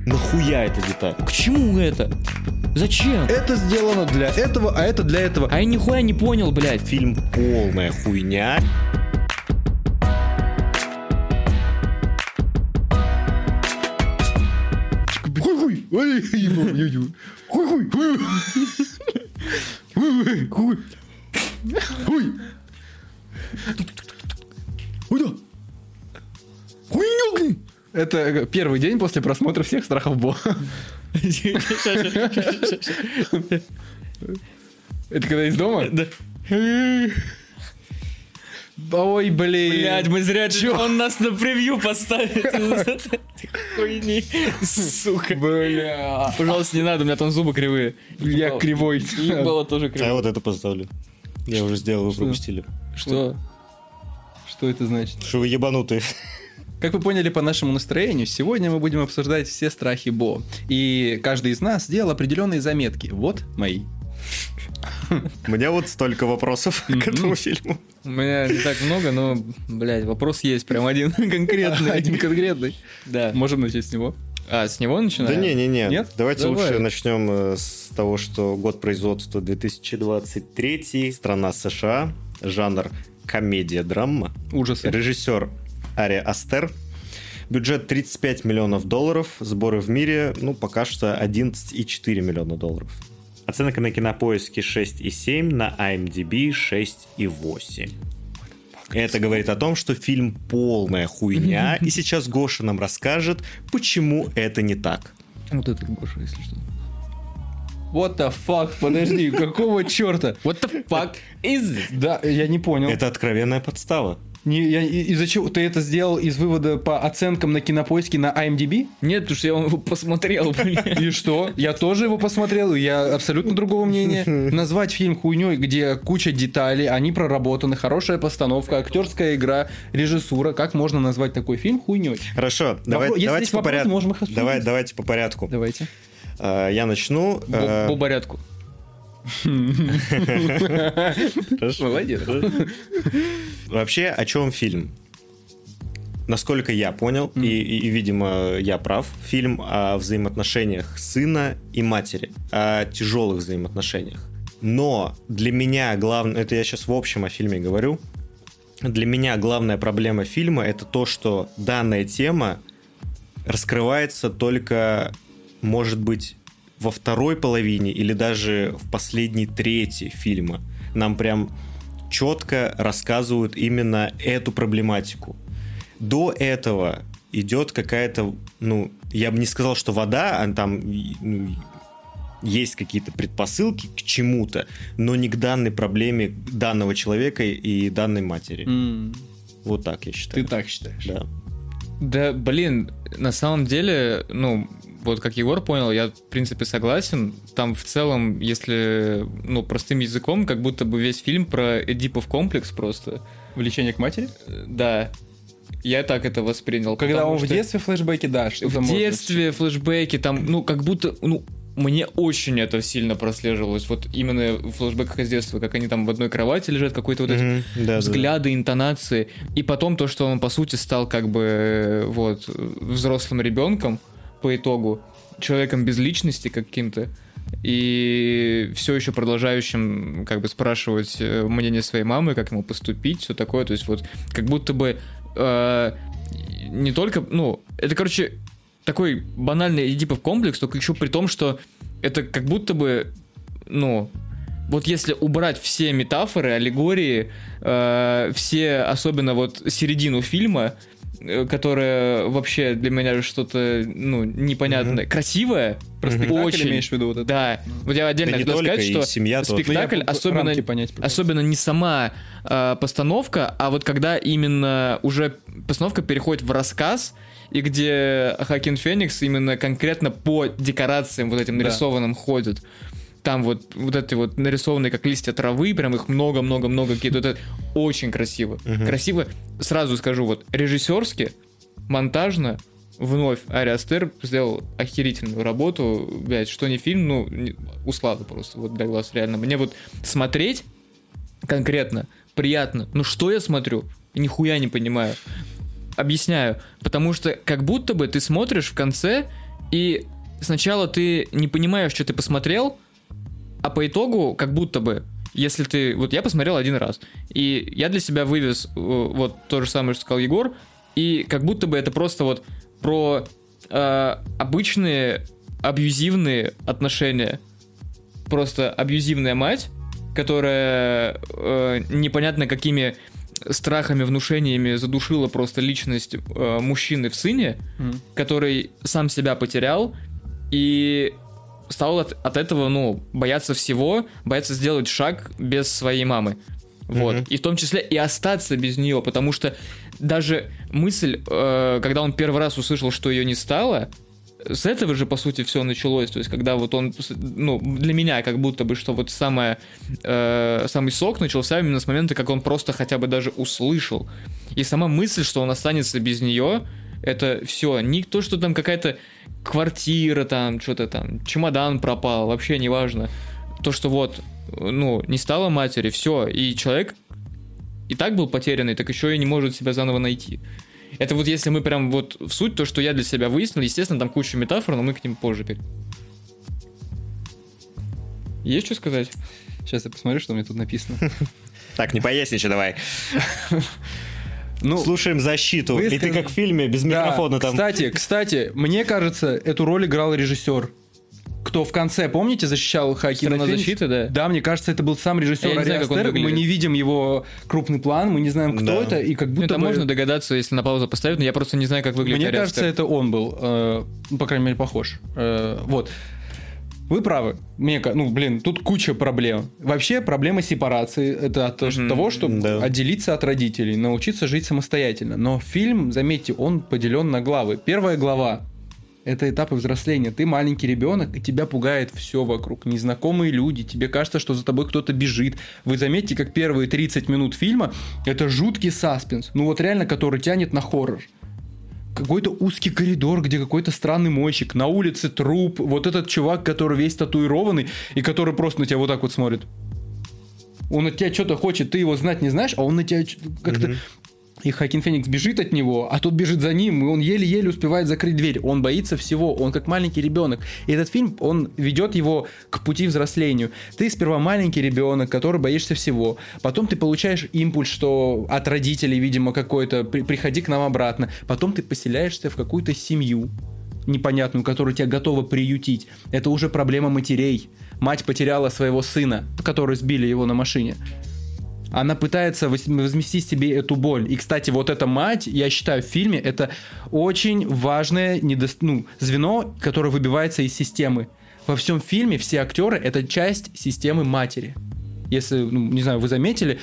Нахуя эта деталь? К чему это? Зачем? Это сделано для этого, а это для этого. А я нихуя не понял, блядь. Фильм полная хуйня. Хуй-хуй. Ой-ой-ой. Хуй-хуй. Хуй-хуй. Хуй. Куда? Хуйня. Это первый день после просмотра всех страхов Бо. Это когда из дома? Да. Ой, блин. Блядь, мы зря он нас на превью поставит. Хуйни. Сука. Бля. Пожалуйста, не надо, у меня там зубы кривые. Я кривой. И было тоже А я кривое. вот это поставлю. Я уже сделал, вы пропустили. Что? Что это значит? Что вы ебанутые. Как вы поняли по нашему настроению, сегодня мы будем обсуждать все страхи Бо. И каждый из нас сделал определенные заметки. Вот мои. У меня вот столько вопросов к этому фильму. У меня не так много, но, блядь, вопрос есть. Прям один конкретный. Один конкретный. Да. Можем начать с него. А, с него Да начинаем? не-не-не. Нет? Давайте Давай. лучше начнем с того, что год производства 2023, страна США, жанр комедия-драма, Ужасы. режиссер Ари Астер, бюджет $35 миллионов, сборы в мире, пока что $11,4 миллиона. Оценка на Кинопоиске 6,7, на IMDb 6,8. Это говорит о том, что фильм полная хуйня, и сейчас Гоша нам расскажет, почему это не так. Вот это Гоша, если что. What the fuck? Подожди, какого черта? What the fuck is this? Да, я не понял. Это откровенная подстава. Из-за чего? Ты это сделал из вывода по оценкам на Кинопоиске на IMDb? Нет, потому что я его посмотрел, блядь. И что? Я тоже его посмотрел, и я абсолютно другого мнения. Назвать фильм хуйней, где куча деталей, они проработаны, хорошая постановка, актерская игра, режиссура. Как можно назвать такой фильм хуйней? Хорошо, Если давайте есть по вопросы, порядку. можем их обсудить. Давайте по порядку. Давайте. Я начну. По порядку. Хорошо. Молодец. Вообще, о чем фильм? Насколько я понял, и, видимо, я прав, фильм о взаимоотношениях сына и матери, о тяжелых взаимоотношениях. Но для меня главное, это я сейчас в общем о фильме говорю, для меня главная проблема фильма — это то, что данная тема раскрывается только, может быть, во второй половине или даже в последней трети фильма. Нам прям четко рассказывают именно эту проблематику. До этого идет какая-то, я бы не сказал, что вода, а там есть какие-то предпосылки к чему-то, но не к данной проблеме данного человека и данной матери. Вот так я считаю. Ты так считаешь? Да. Да, блин, на самом деле, вот как Егор понял, я в принципе согласен. Там в целом, если, простым языком, как будто бы весь фильм про Эдипов комплекс просто. Влечение к матери? Да. Я так это воспринял. Когда он в что детстве флешбеки, да, что-то в детстве флешбеки, там, как будто, мне очень это сильно прослеживалось. Вот именно в флешбеках из детства, как они там в одной кровати лежат, какой-то вот эти взгляды, интонации. И потом то, что он, по сути, стал как бы взрослым ребенком по итогу, человеком без личности каким-то. И все еще продолжающим как бы спрашивать мнение своей мамы, как ему поступить, все такое. То есть вот как будто бы не только... это, короче, такой банальный Эдипов комплекс, только еще при том, что это как будто бы... вот если убрать все метафоры, аллегории, все, особенно вот середину фильма, которая вообще для меня что-то, непонятное. Красивое, просто очень. Имеешь в виду вот это? Да. Вот я отдельно хотел сказать, что спектакль, особенно не сама постановка, а вот когда именно уже постановка переходит в рассказ, и где Хоакин Феникс именно конкретно по декорациям вот этим нарисованным ходит. Там вот эти вот нарисованные как листья травы, прям их много-много-много какие-то. Это очень красиво. Красиво, сразу скажу, вот режиссерски, монтажно, вновь Ари Астер сделал охерительную работу. Блять, что не фильм, услада просто, вот для глаз реально. Мне вот смотреть конкретно приятно. Что я смотрю? Нихуя не понимаю. Объясняю. Потому что как будто бы ты смотришь в конце, И сначала ты не понимаешь, что ты посмотрел, а по итогу, как будто бы, если ты... Вот я посмотрел один раз, и я для себя вывез вот то же самое, что сказал Егор, и как будто бы это просто вот про обычные абьюзивные отношения. Просто абьюзивная мать, которая непонятно какими страхами, внушениями задушила просто личность мужчины в сыне, который сам себя потерял и стал от этого, ну, бояться всего, бояться сделать шаг без своей мамы. Вот. И в том числе и остаться без нее, потому что даже мысль, когда он первый раз услышал, что ее не стало, с этого же, по сути, все началось. То есть, когда вот он, ну, для меня как будто бы, что вот самый сок начался именно с момента, как он просто хотя бы даже услышал. И сама мысль, что он останется без нее, это все. Не то, что там какая-то квартира, там, что-то там, чемодан пропал, вообще не важно. То, что вот, ну, не стало матери, все. И человек и так был потерянный, так еще и не может себя заново найти. Это вот если мы прям вот в суть, то, что я для себя выяснил, естественно, там куча метафор, но мы к ним позже перейдем. Есть что сказать? Сейчас я посмотрю, что мне тут написано. Так, не поясничай давай. Ну, слушаем защиту. И ты как в фильме, без микрофона там. Кстати, мне кажется, эту роль играл режиссер. Кто в конце, помните, защищал Хоакина Феникса? Защиты, да? Да, мне кажется, это был сам режиссер Ари Астер. Мы не видим его крупный план, мы не знаем, кто это, и как будто это бы... можно догадаться, если на паузу поставить, но я просто не знаю, как выглядит Мне Ари кажется, Астер. это он был, по крайней мере, похож. Вот. Вы правы. Тут куча проблем. Вообще, проблема сепарации. Это от того, чтобы отделиться от родителей, научиться жить самостоятельно. Но фильм, заметьте, он поделен на главы. Первая глава — это этапы взросления. Ты маленький ребенок, и тебя пугает все вокруг. Незнакомые люди, тебе кажется, что за тобой кто-то бежит. Вы заметите, как первые 30 минут фильма — это жуткий саспенс. Ну вот реально, который тянет на хоррор. Какой-то узкий коридор, где какой-то странный мойщик, на улице труп, вот этот чувак, который весь татуированный, и который просто на тебя вот так вот смотрит. Он от тебя что-то хочет, ты его знать не знаешь, а он на тебя как-то... И Хоакин Феникс бежит от него, а тот бежит за ним, и он еле-еле успевает закрыть дверь. Он боится всего, он как маленький ребенок. И этот фильм, он ведет его к пути взрослению. Ты сперва маленький ребенок, который боишься всего. Потом ты получаешь импульс, что от родителей, видимо, какой-то, приходи к нам обратно. Потом ты поселяешься в какую-то семью непонятную, которая тебя готова приютить. Это уже проблема матерей. Мать потеряла своего сына, который сбили его на машине. Она пытается возместить себе эту боль. И, кстати, вот эта мать, я считаю, в фильме это очень важное звено, которое выбивается из системы. Во всем фильме все актеры — это часть системы матери. Если, не знаю, вы заметили,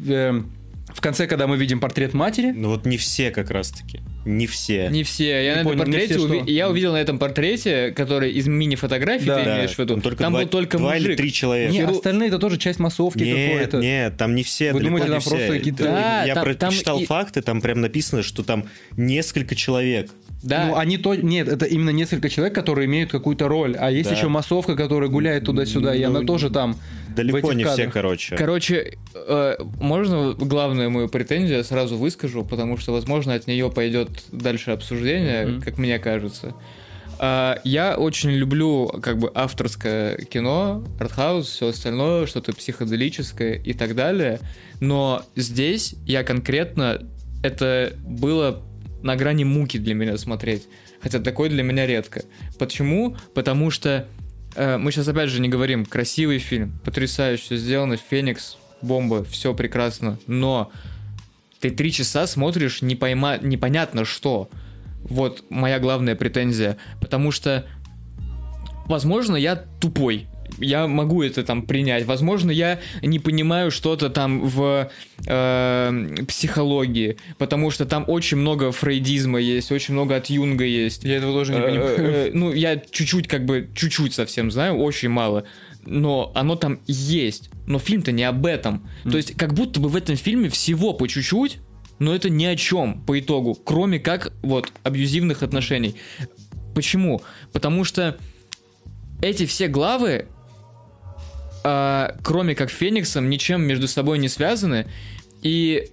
в конце, когда мы видим портрет матери... Ну вот не все как раз-таки. Не все. Не все. Я увидел на этом портрете, который из мини-фотографий, ты имеешь в виду, там был только мужик. 2 или 3 человека. Не, остальные это тоже часть массовки какой-то. Нет, там не все. Вы думаете, там просто какие-то... Я прочитал факты, там прям написано, что там несколько человек. Да. Нет, это именно несколько человек, которые имеют какую-то роль. А есть еще массовка, которая гуляет туда-сюда, и она тоже там. Далеко не все, короче. Короче, можно главную мою претензию я сразу выскажу, потому что, возможно, от нее пойдет дальше обсуждение, как мне кажется. Я очень люблю как бы авторское кино, артхаус, все остальное, что-то психоделическое и так далее. Но здесь я конкретно... Это было на грани муки для меня смотреть. Хотя такое для меня редко. Почему? Потому что мы сейчас опять же не говорим, красивый фильм, потрясающе сделано, Феникс, бомба, все прекрасно, но ты 3 часа смотришь непонятно что. Вот моя главная претензия, потому что, возможно, я тупой, я могу это там принять, возможно, я не понимаю что-то там в психологии, потому что там очень много фрейдизма есть, очень много от Юнга есть. Я этого тоже не понимаю. Я чуть-чуть совсем знаю, очень мало, но оно там есть, но фильм-то не об этом. То есть как будто бы в этом фильме всего по чуть-чуть, но это ни о чем по итогу, кроме как вот абьюзивных отношений. Почему? Потому что эти все главы, кроме как Фениксом, ничем между собой не связаны. И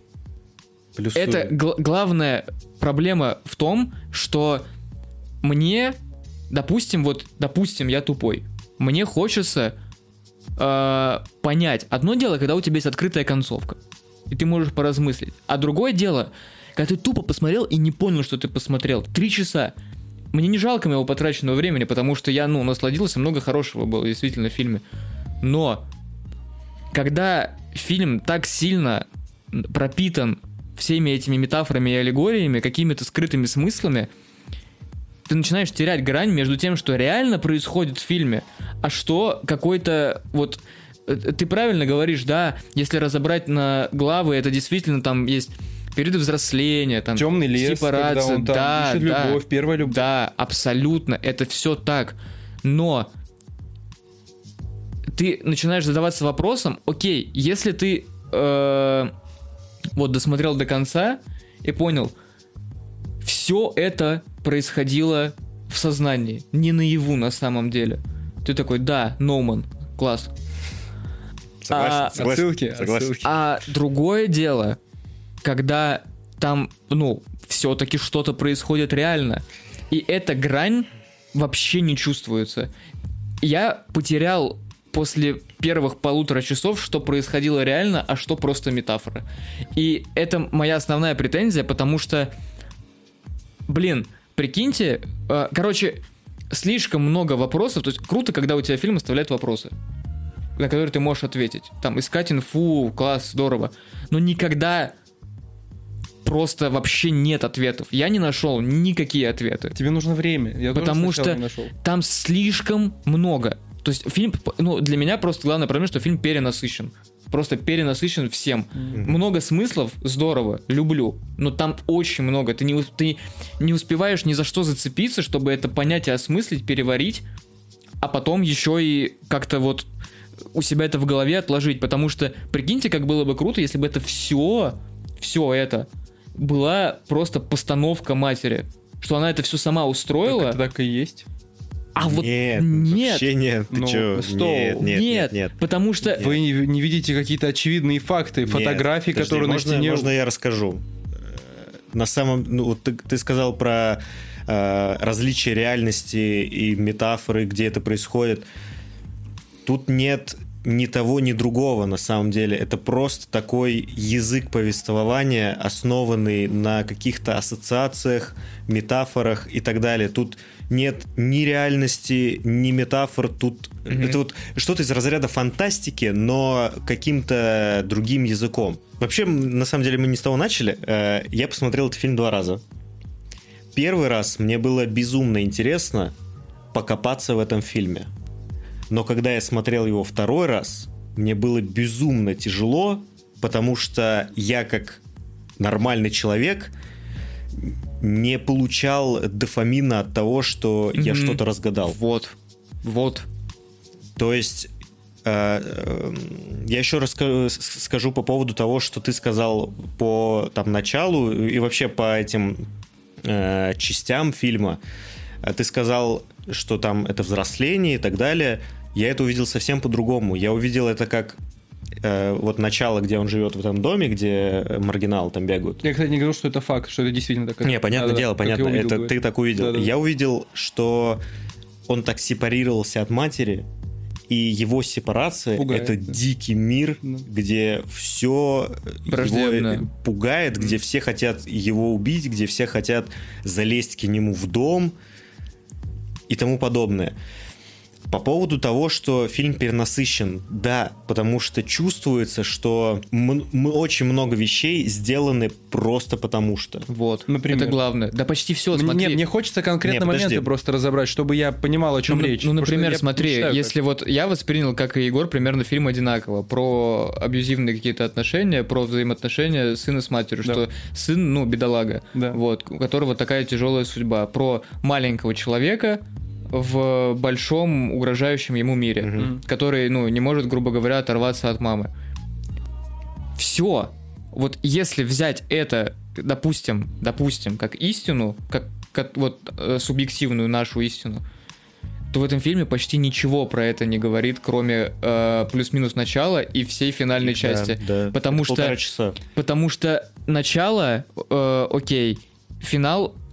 это главная проблема в том, что мне допустим, я тупой. Мне хочется понять. Одно дело, когда у тебя есть открытая концовка, и ты можешь поразмыслить. А другое дело, когда ты тупо посмотрел и не понял, что ты посмотрел. 3 часа. Мне не жалко моего потраченного времени, потому что я, насладился, много хорошего было действительно в фильме. Но когда фильм так сильно пропитан всеми этими метафорами и аллегориями, какими-то скрытыми смыслами, ты начинаешь терять грань между тем, что реально происходит в фильме, а что какой-то вот... Ты правильно говоришь, да, если разобрать на главы, это действительно там есть периоды взросления, там... Темный лес, сепарация, когда он там ищет любовь, первая любовь. Да, абсолютно, это все так. Но ты начинаешь задаваться вопросом, окей, если ты досмотрел до конца и понял, все это происходило в сознании, не наяву на самом деле. Ты такой, да, Ноуман, класс. Согласен. Отсылки. А другое дело, когда там, все-таки что-то происходит реально, и эта грань вообще не чувствуется. Я потерял после первых 1,5 часов, что происходило реально, а что просто метафора. И это моя основная претензия, потому что, прикиньте, слишком много вопросов. То есть круто, когда у тебя фильм оставляет вопросы, на которые ты можешь ответить. Там, искать инфу, класс, здорово. Но никогда просто вообще нет ответов. Я не нашел никакие ответы. Тебе нужно время. Я потому что там слишком много. То есть фильм, для меня просто главная проблема, что фильм перенасыщен. Просто перенасыщен всем. Много смыслов, здорово, люблю. Но там очень много. Ты не успеваешь ни за что зацепиться, чтобы это понять и осмыслить, переварить, а потом еще и как-то у себя это в голове отложить. Потому что, прикиньте, как было бы круто, если бы это все это была просто постановка матери. Что она это все сама устроила. Так это так и есть. А нет, вообще нет. Ты чё? Нет, потому что... Вы не видите какие-то очевидные факты, фотографии, которые на стене... Можно я расскажу? На самом... ты сказал про различия реальности и метафоры, где это происходит. Тут нет ни того, ни другого на самом деле. Это просто такой язык повествования, основанный на каких-то ассоциациях, метафорах и так далее. Тут нет ни реальности, ни метафор. Тут это что-то из разряда фантастики, но каким-то другим языком. Вообще, на самом деле, мы не с того начали. Я посмотрел этот фильм 2 раза. Первый раз мне было безумно интересно покопаться в этом фильме. Но когда я смотрел его 2 раз, мне было безумно тяжело, потому что я, как нормальный человек, не получал дофамина от того, что я что-то разгадал. Вот. То есть, я еще раз скажу по поводу того, что ты сказал по началу и вообще по этим частям фильма. Ты сказал, что там это взросление и так далее. Я это увидел совсем по-другому. Я увидел это как начало, где он живет в этом доме, где маргиналы там бегают. Я, кстати, не говорил, что это факт, что это действительно так. Не, понятное дело, понятно. Это ты так увидел. Да. Я увидел, что он так сепарировался от матери, и его сепарация — это дикий мир, где все его пугает, где все хотят его убить, где все хотят залезть к нему в дом и тому подобное. По поводу того, что фильм перенасыщен, да, потому что чувствуется, что очень много вещей сделаны просто потому что. Вот, например. Это главное. Да почти все, смотри. Мне хочется конкретно моменты просто разобрать, чтобы я понимал, о чем речь. Например, смотри, если я воспринял, как и Егор, примерно фильм одинаково, про абьюзивные какие-то отношения, про взаимоотношения сына с матерью, что сын, бедолага, у которого такая тяжелая судьба, про маленького человека в большом угрожающем ему мире, который, не может, грубо говоря, оторваться от мамы. Все. Вот если взять это, допустим, как истину, как субъективную нашу истину, то в этом фильме почти ничего про это не говорит, кроме плюс-минус начала и всей финальной части. Да. Потому что начало, окей, финал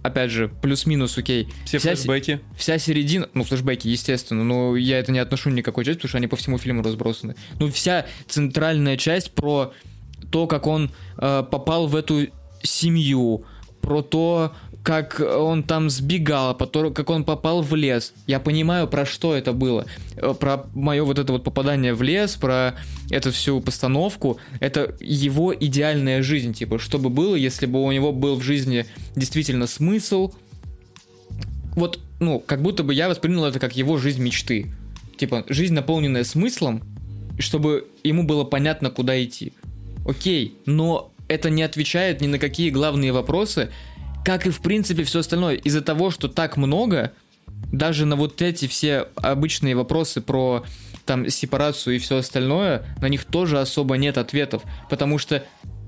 опять же, плюс-минус, окей. Все флешбеки. Вся середина, ну, флешбеки, естественно, но я это не отношу ни к какой части, потому что они по всему фильму разбросаны. Ну, вся центральная часть про то, как он попал в эту семью, про то, как он там сбегал, как он попал в лес. Я понимаю, про что это было. Про мое вот это вот попадание в лес, про эту всю постановку. Это его идеальная жизнь, типа, что бы было, если бы у него был в жизни действительно смысл. Вот, ну, как будто бы я воспринял это как его жизнь мечты. Типа, жизнь, наполненная смыслом, чтобы ему было понятно, куда идти. Окей, но это не отвечает ни на какие главные вопросы, как и в принципе все остальное. Из-за того, что так много, даже на вот эти все обычные вопросы про там сепарацию и все остальное, на них тоже особо нет ответов. Потому что,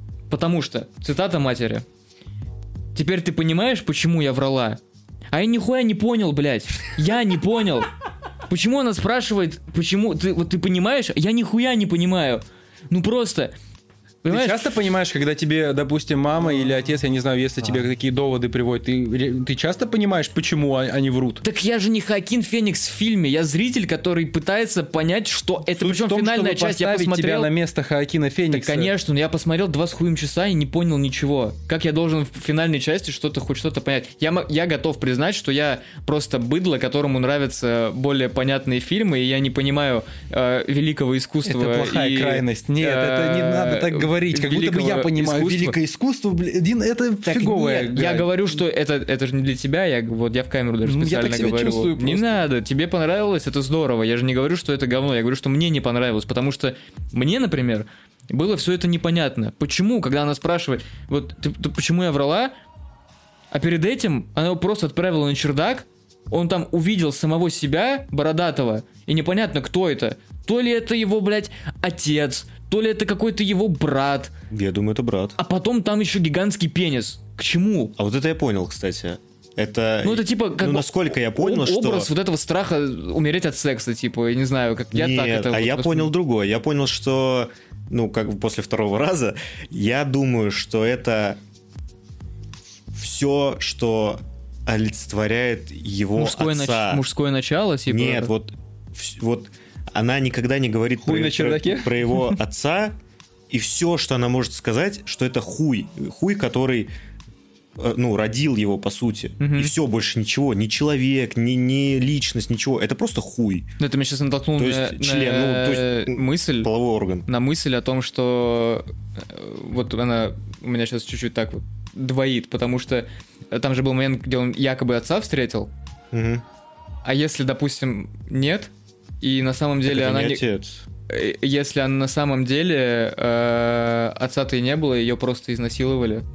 цитата матери: «Теперь ты понимаешь, почему я врала?» А я нихуя не понял, блядь. Я не понял. Почему она спрашивает, почему ты понимаешь? Я нихуя не понимаю. Ну просто... Понимаешь? Ты часто понимаешь, когда тебе, допустим, мама или отец, я не знаю, если тебе такие доводы приводят, ты часто понимаешь, почему они врут? Так я же не Хоакин Феникс в фильме, я зритель, который пытается понять, что это. Причем финальная часть, я посмотрел тебя на место Хоакина Феникса. Так, конечно, но я посмотрел 2 с хуем часа и не понял ничего. Как я должен в финальной части хоть что-то понять? Я готов признать, что я просто быдло, которому нравятся более понятные фильмы, и я не понимаю великого искусства. Это плохая крайность. Нет, это не надо так говорить. Как будто бы я понимаю искусства. Великое искусство, блин, это так фиговое. Нет, я говорю, что это же не для тебя, я в камеру даже специально говорю. Чувствую, не надо, тебе понравилось, это здорово. Я же не говорю, что это говно, я говорю, что мне не понравилось, потому что мне, например, было все это непонятно. Почему, когда она спрашивает, вот ты почему я врала, а перед этим она его просто отправила на чердак, он там увидел самого себя, бородатого, и непонятно, кто это. То ли это его, блядь, отец, то ли это какой-то его брат. Я думаю, это брат. А потом там еще гигантский пенис. К чему? А вот это я понял, кстати. Это, ну, это типа как насколько я понял, что... Образ вот этого страха умереть от секса, типа, я не знаю, как я Нет, так это... я понял другое. Я понял, что, ну, как бы после второго раза, я думаю, что это все, что олицетворяет его отца. Мужское начало, типа... Нет, вот она никогда не говорит про его отца, и все, что она может сказать, что это хуй, который, ну, родил его, по сути. И все, больше ничего, ни человек, ни личность, ничего, это просто хуй. Ну, это меня сейчас натолкнул на мысль, половой орган. На мысль о том, что вот она у меня сейчас чуть-чуть так вот двоит, потому что там же был момент, где он якобы отца встретил, а если, допустим, нет, и на самом деле она не... отец. Если она на самом деле отца-то и не было, ее просто изнасиловали.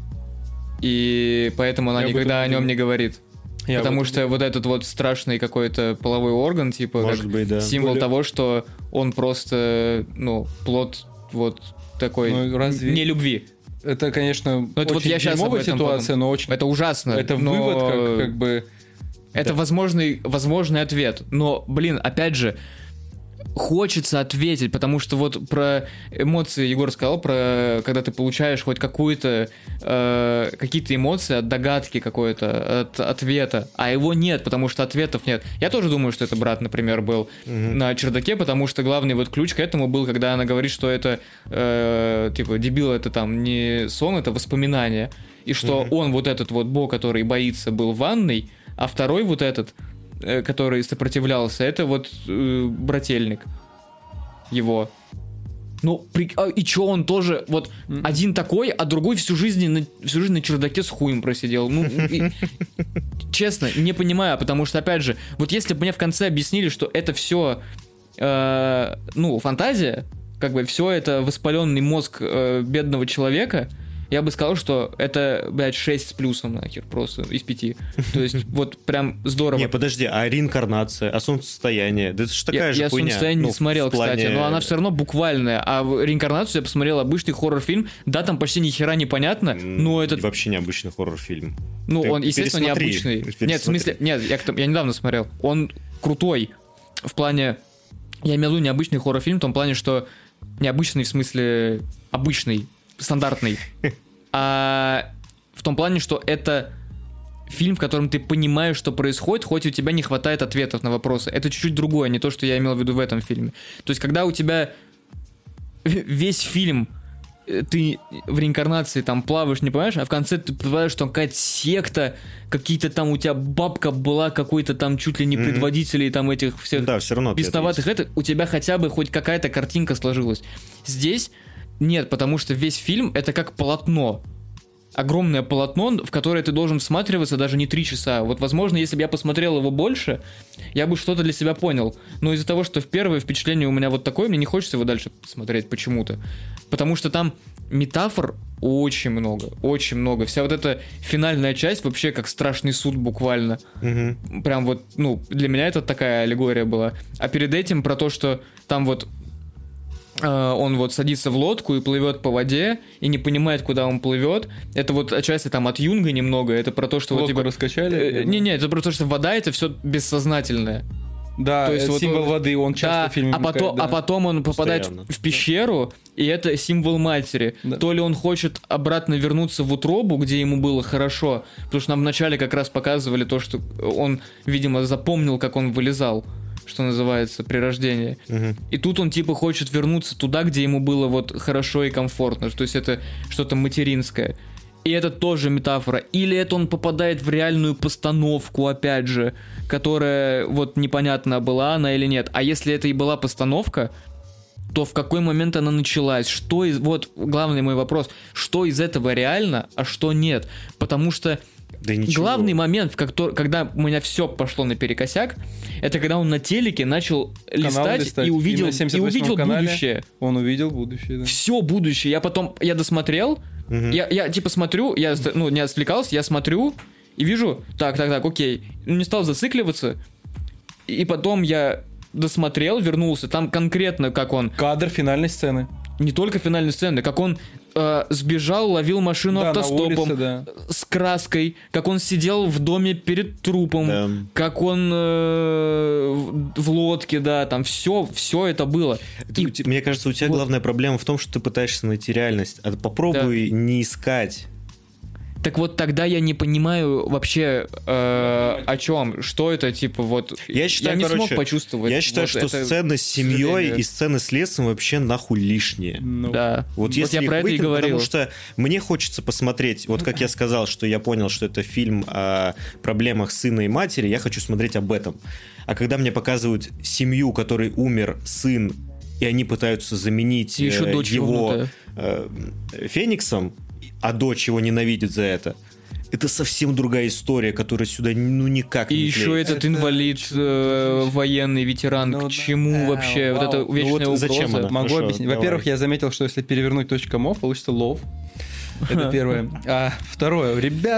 И поэтому она никогда о нем не говорит. Потому что вот этот вот страшный какой-то половой орган, типа, может быть, да, символ того, что он просто, ну, плод вот такой нелюбви. Это, конечно, очень вот я дерьмовая ситуация, но очень... Это ужасно. Это вывод, как бы... Это возможный ответ. Но, блин, опять же, хочется ответить, потому что вот про эмоции Егор сказал, про когда ты получаешь хоть какие-то эмоции от догадки какой-то, от ответа, а его нет, потому что ответов нет. Я тоже думаю, что это брат, например, был на чердаке, потому что главный вот ключ к этому был, когда она говорит, что это типа дебил, это там не сон, это воспоминание, и что он вот этот вот Бо, который боится, был в ванной, а второй вот этот, который сопротивлялся, это вот брательник его. Ну, и чё, он тоже вот один такой, а другой всю жизнь на чердаке с хуем просидел. Ну, честно, не понимаю, потому что, опять же, вот если бы мне в конце объяснили, что это все, ну, фантазия, как бы все это воспаленный мозг бедного человека, я бы сказал, что это, блядь, 6 с плюсом, нахер, просто из 5. То есть, вот прям здорово. Не, подожди, а реинкарнация, а солнцестояние? Да это же такая же хуйня. Я солнцестояние не смотрел, кстати, но она все равно буквальная. А реинкарнацию я посмотрел обычный хоррор-фильм. Да, там почти ни хера не понятно, но это... Вообще необычный хоррор-фильм. Ну, он, естественно, необычный. Нет, в смысле, нет, я недавно смотрел. Он крутой в плане... Я имел в виду необычный хоррор-фильм в том плане, что необычный в смысле обычный, стандартный, а в том плане, что это фильм, в котором ты понимаешь, что происходит, хоть у тебя не хватает ответов на вопросы. Это чуть-чуть другое, не то, что я имел в виду в этом фильме. То есть, когда у тебя весь фильм ты в реинкарнации там плаваешь, не понимаешь, а в конце ты понимаешь, что какая-то секта, какие-то там у тебя бабка была, какой-то там чуть ли не предводителей там этих всех все равно бесноватых, у тебя хотя бы хоть какая-то картинка сложилась. Здесь нет, потому что весь фильм это как полотно. Огромное полотно, в которое ты должен всматриваться даже не 3 часа. Вот, возможно, если бы я посмотрел его больше, я бы что-то для себя понял. Но из-за того, что первое впечатление у меня вот такое, мне не хочется его дальше смотреть почему-то. Потому что там метафор очень много, очень много. Вся вот эта финальная часть вообще как страшный суд буквально. Прям вот, для меня это такая аллегория была. А перед этим про то, что там вот он вот садится в лодку и плывет по воде, и не понимает, куда он плывет. Это вот отчасти там от Юнга немного, это про то, что лодку вот типа... раскачали? Не, это про то, что вода это все бессознательное. Да, то есть вот символ воды, он часто в фильме мелькает, а потом он попадает в пещеру, и это символ матери. Да. То ли он хочет обратно вернуться в утробу, где ему было хорошо, потому что нам вначале как раз показывали то, что он, видимо, запомнил, как он вылезал, что называется, при рождении. И тут он типа хочет вернуться туда, где ему было вот хорошо и комфортно. То есть это что-то материнское. И это тоже метафора. Или это он попадает в реальную постановку, опять же, которая вот непонятно, была она или нет. А если это и была постановка, то в какой момент она началась? Вот главный мой вопрос. Что из этого реально, а что нет? Потому что главный момент, когда у меня все пошло наперекосяк, это когда он на телеке начал листать и увидел будущее. Он увидел будущее, да. Все будущее. Я досмотрел, я типа смотрю, я не отвлекался, я смотрю и вижу, так, окей. Не стал зацикливаться, и потом я досмотрел, вернулся, там конкретно как он... Кадр финальной сцены. Не только финальной сцены, как он сбежал, ловил машину автостопом, улице, с краской, как он сидел в доме перед трупом, как он в лодке, там все это было. Мне кажется, у тебя главная проблема в том, что ты пытаешься найти реальность, а попробуй не искать. Так вот тогда я не понимаю вообще о чем, что это, типа вот. Я не смог почувствовать. Я считаю, что сцены с семьей и сцены с следствием вообще нахуй лишние. Да. Вот если я про это и говорил. Потому что мне хочется посмотреть, вот как я сказал, что я понял, что это фильм о проблемах сына и матери, я хочу смотреть об этом. А когда мне показывают семью, у которой умер сын, и они пытаются заменить его Фениксом, а дочь его ненавидит за это. Это совсем другая история, которая сюда никак не клеится. И еще этот инвалид, военный ветеран, к чему вообще? Вот это вечная угроза. Зачем она? Могу объяснить. Во-первых, я заметил, что если перевернуть .mov, получится love. Это первое. А второе.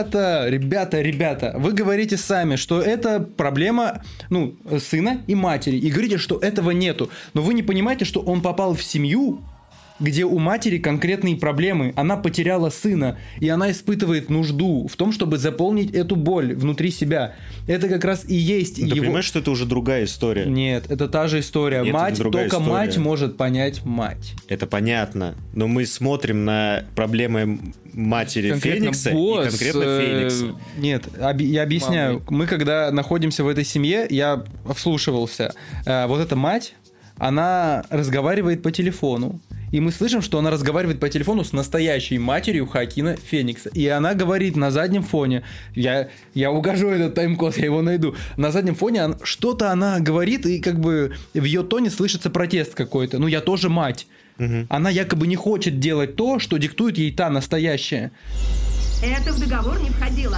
Ребята, вы говорите сами, что это проблема, сына и матери. И говорите, что этого нету. Но вы не понимаете, что он попал в семью, где у матери конкретные проблемы. Она потеряла сына, и она испытывает нужду в том, чтобы заполнить эту боль внутри себя. Это как раз и есть его... Ты понимаешь, что это уже другая история? Нет, это та же история. Нет, мать, только история. Мать может понять мать. Это понятно, но мы смотрим на проблемы матери конкретно Феникса и конкретно Феникса. Нет, я объясняю. Мы когда находимся в этой семье, я вслушивался. Вот эта мать, она разговаривает по телефону. И мы слышим, что она разговаривает по телефону с настоящей матерью Хоакина Феникса. И она говорит на заднем фоне, я укажу этот тайм-код, я его найду. На заднем фоне что-то она говорит, и как бы в ее тоне слышится протест какой-то. Я тоже мать. Она якобы не хочет делать то, что диктует ей та настоящая. Это в договор не входило.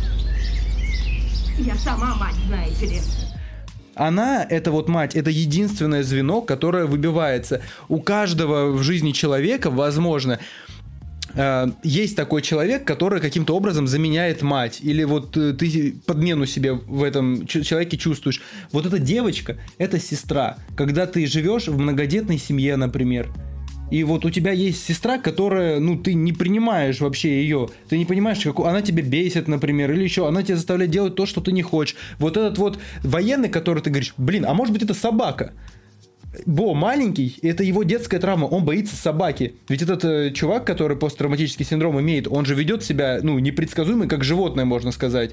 Я сама мать, знаете ли. Она, эта вот мать, это единственное звено, которое выбивается. У каждого в жизни человека, возможно, есть такой человек, который каким-то образом заменяет мать. Или вот ты подмену себе в этом человеке чувствуешь. Вот эта девочка, это сестра. Когда ты живешь в многодетной семье, например, и вот у тебя есть сестра, которая, ты не принимаешь вообще ее. Ты не понимаешь, она тебя бесит, например, или еще она тебя заставляет делать то, что ты не хочешь. Вот этот вот военный, который ты говоришь, а может быть это собака. Бо маленький, это его детская травма, он боится собаки. Ведь этот чувак, который посттравматический синдром имеет, он же ведет себя, непредсказуемо, как животное, можно сказать.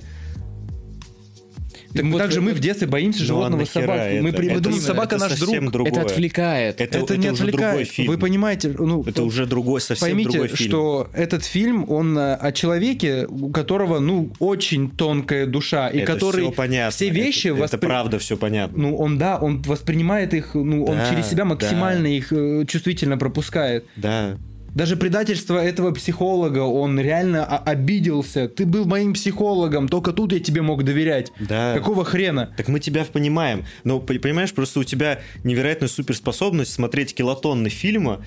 Так также мы в детстве боимся животного собаки. Мы думаем, собака наш друг. Это отвлекает. Это не отвлекает. Вы понимаете, это уже другой, совсем поймите, другой фильм. Что этот фильм, он о человеке, у которого, очень тонкая душа, и который все вещи... Это правда все понятно. Он воспринимает их, он через себя максимально их чувствительно пропускает. Да. Даже предательство этого психолога, он реально обиделся. Ты был моим психологом, только тут я тебе мог доверять. Да. Какого хрена? Так мы тебя понимаем. Но, понимаешь, просто у тебя невероятная суперспособность смотреть килотонны фильма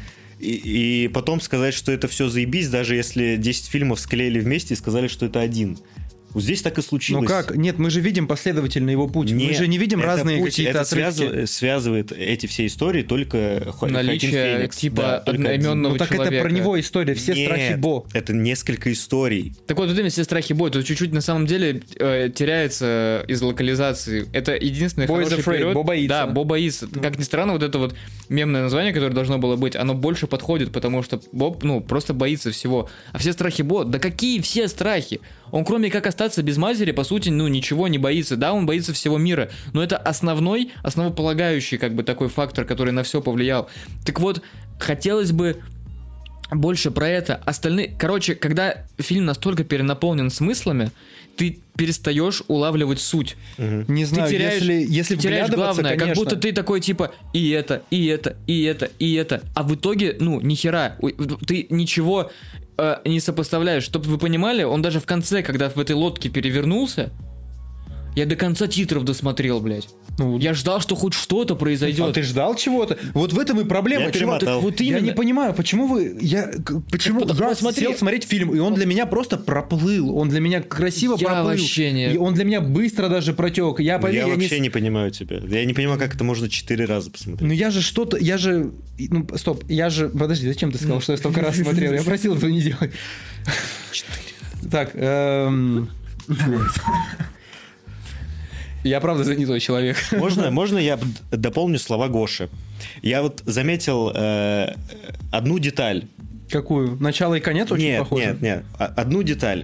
и потом сказать, что это все заебись, даже если 10 фильмов склеили вместе и сказали, что это один. Вот здесь так и случилось. Ну как? Нет, мы же видим последовательно его путь. Нет, мы же не видим разные какие-то отрывки. Связывает эти все истории только наличие Феникс. типа одноименного человека. Так это про него история, все страхи Бо. Это несколько историй. Так вот, именно все страхи Бо, это чуть-чуть на самом деле теряется из локализации. Это единственный хороший период. Бо боится. Да, Бо боится. Как ни странно, вот это вот мемное название, которое должно было быть, оно больше подходит, потому что Бо, просто боится всего. А все страхи Бо, да какие все страхи? Он, кроме как остаться без матери, по сути, ничего не боится. Да, он боится всего мира, но это основополагающий, такой фактор, который на все повлиял. Так вот, хотелось бы больше про это. Остальные... Короче, когда фильм настолько перенаполнен смыслами, ты перестаешь улавливать суть. Не знаю, если теряешь главное, конечно. как будто ты такой типа и это, и это, и это, и это. А в итоге, нихера. Ты ничего... не сопоставляешь. Чтобы вы понимали, он даже в конце, когда в этой лодке перевернулся, я до конца титров досмотрел, блядь. Я ждал, что хоть что-то произойдет. А ты ждал чего-то? Вот в этом и проблема. Я перемотал. Вот именно. Я не понимаю, почему вы... Я сел смотреть фильм, и он для меня просто проплыл. Он для меня красиво проплыл. Вообще не... И он для меня быстро даже протек. Я вообще не понимаю тебя. Я не понимаю, как это можно 4 раза посмотреть. Стоп. Подожди, зачем ты сказал, что я столько раз смотрел? Я просил этого не делать. 4. Так, я правда занятой человек. Можно я дополню слова Гоши? Я вот заметил одну деталь. Какую? Начало и конец очень похоже? Нет. Одну деталь.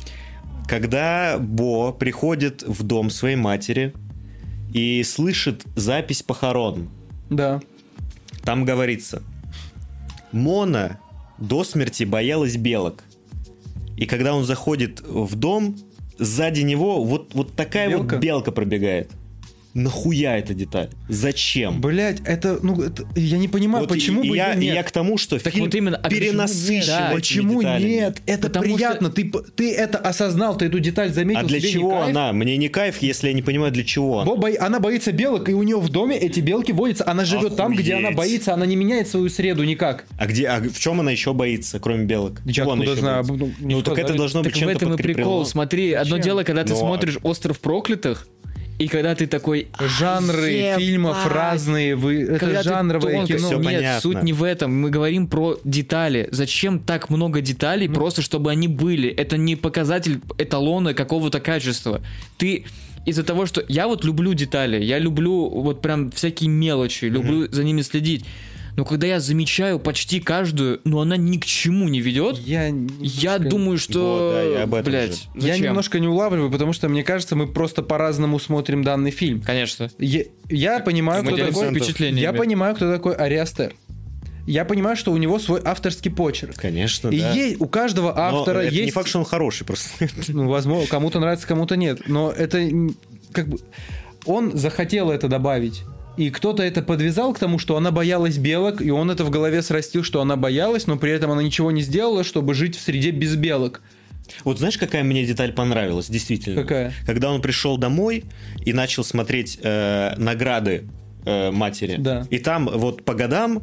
Когда Бо приходит в дом своей матери и слышит запись похорон. Да. Там говорится: Мона до смерти боялась белок. И когда он заходит в дом, сзади него вот такая белка. Вот белка пробегает. Нахуя эта деталь? Зачем? Блять, это я не понимаю, вот почему бы нет. Я к тому, что так фильм вот именно, перенасыщен. Почему нет? Это потому приятно. Что... Ты это осознал, ты эту деталь заметил. А для чего она? Мне не кайф, если я не понимаю, для чего она. Она боится белок, и у нее в доме эти белки водятся. Она живет там, где она боится, она не меняет свою среду никак. А в чем она еще боится, кроме белок? Я откуда знаю? Так это должно быть чем-то подкреплено. В этом и прикол. Смотри, одно дело, когда ты смотришь «Остров проклятых», и когда ты такой... Жанры фильмов разные, это жанровое кино. Нет, понятно. Суть не в этом. Мы говорим про детали. Зачем так много деталей, просто чтобы они были? Это не показатель эталона какого-то качества. Ты... Из-за того, что я вот люблю детали, я люблю вот прям всякие мелочи, люблю за ними следить. Но когда я замечаю почти каждую, но она ни к чему не ведет, я думаю, что... Блядь, я немножко не улавливаю, потому что, мне кажется, мы просто по-разному смотрим данный фильм. Конечно. Я понимаю, кто такой... Я понимаю, кто такой Ари Астер. Я понимаю, что у него свой авторский почерк. Конечно, и да. У каждого автора есть... Это не факт, что он хороший просто. Возможно, кому-то нравится, кому-то нет. Но это как бы... Он захотел это добавить. И кто-то это подвязал к тому, что она боялась белок, и он это в голове срастил, что она боялась, но при этом она ничего не сделала, чтобы жить в среде без белок. Вот знаешь, какая мне деталь понравилась, действительно? Какая? Когда он пришел домой и начал смотреть награды матери. Да. И там вот по годам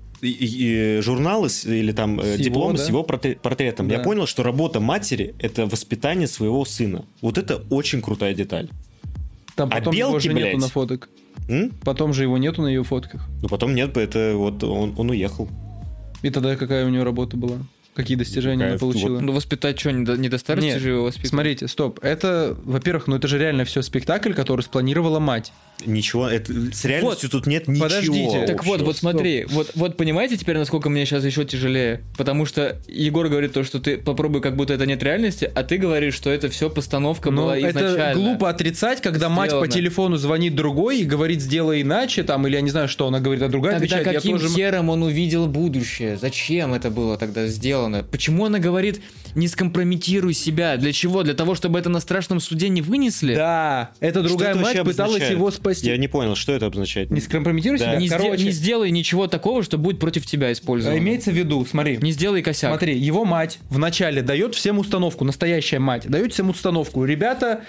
журналы или там дипломы с его портретом. Да. Я понял, что работа матери – это воспитание своего сына. Вот это очень крутая деталь. Там потом белки, его же нету на фоток. Потом же его нету на ее фотках. Ну, потом нет, это вот он уехал. И тогда какая у него работа была? какие достижения она получила. Ну, воспитать что, недостаточно же его воспитать? Смотрите, стоп. Это, во-первых, это же реально все спектакль, который спланировала мать. Ничего, с реальностью тут нет ничего. Подождите. Так вот смотри, вот понимаете теперь, насколько мне сейчас еще тяжелее? Потому что Егор говорит то, что ты попробуй, как будто это нет реальности, а ты говоришь, что это все постановка была изначально. Это глупо отрицать, когда мать по телефону звонит другой и говорит, сделай иначе, там, или я не знаю, что она говорит, а другая отвечает. Тогда каким хером он увидел будущее? Зачем это было тогда сделано? Почему она говорит, не скомпрометируй себя? Для чего? Для того, чтобы это на страшном суде не вынесли? Да, это другая мать пыталась его спасти. Я не понял, что это обозначает. Не скомпрометируй себя? Не сделай ничего такого, что будет против тебя использовано. Имеется в виду, смотри. Не сделай косяк. Смотри, его мать вначале дает всем установку, настоящая мать, дает всем установку. Ребята,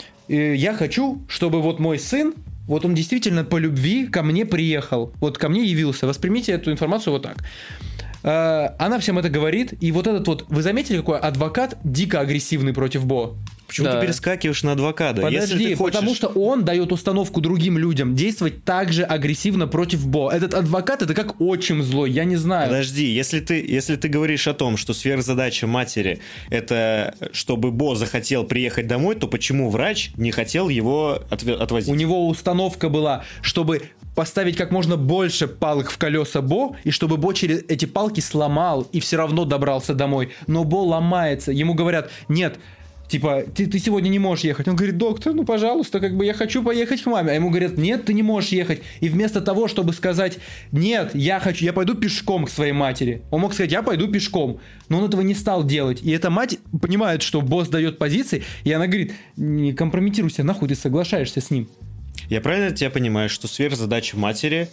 я хочу, чтобы вот мой сын, вот он действительно по любви ко мне приехал, вот ко мне явился. Воспримите эту информацию вот так. Она всем это говорит, и вот этот вот, вы заметили, какой адвокат дико агрессивный против Бо? Почему ты перескакиваешь на адвоката? Подожди, потому что он дает установку другим людям действовать так же агрессивно против Бо. Этот адвокат, это как отчим злой, я не знаю. Подожди, если ты говоришь о том, что сверхзадача матери это чтобы Бо захотел приехать домой, то почему врач не хотел его отвозить? У него установка была, чтобы поставить как можно больше палок в колеса Бо, и чтобы Бо через эти палки сломал и все равно добрался домой. Но Бо ломается, ему говорят, нет, типа, ты сегодня не можешь ехать. Он говорит, доктор, ну пожалуйста, как бы я хочу поехать к маме. А ему говорят, нет, ты не можешь ехать. И вместо того, чтобы сказать, нет, я пойду пешком к своей матери. Он мог сказать, я пойду пешком. Но он этого не стал делать. И эта мать понимает, что босс дает позиции, и она говорит, не компрометируйся, нахуй ты соглашаешься с ним. Я правильно тебя понимаю, что сверхзадача матери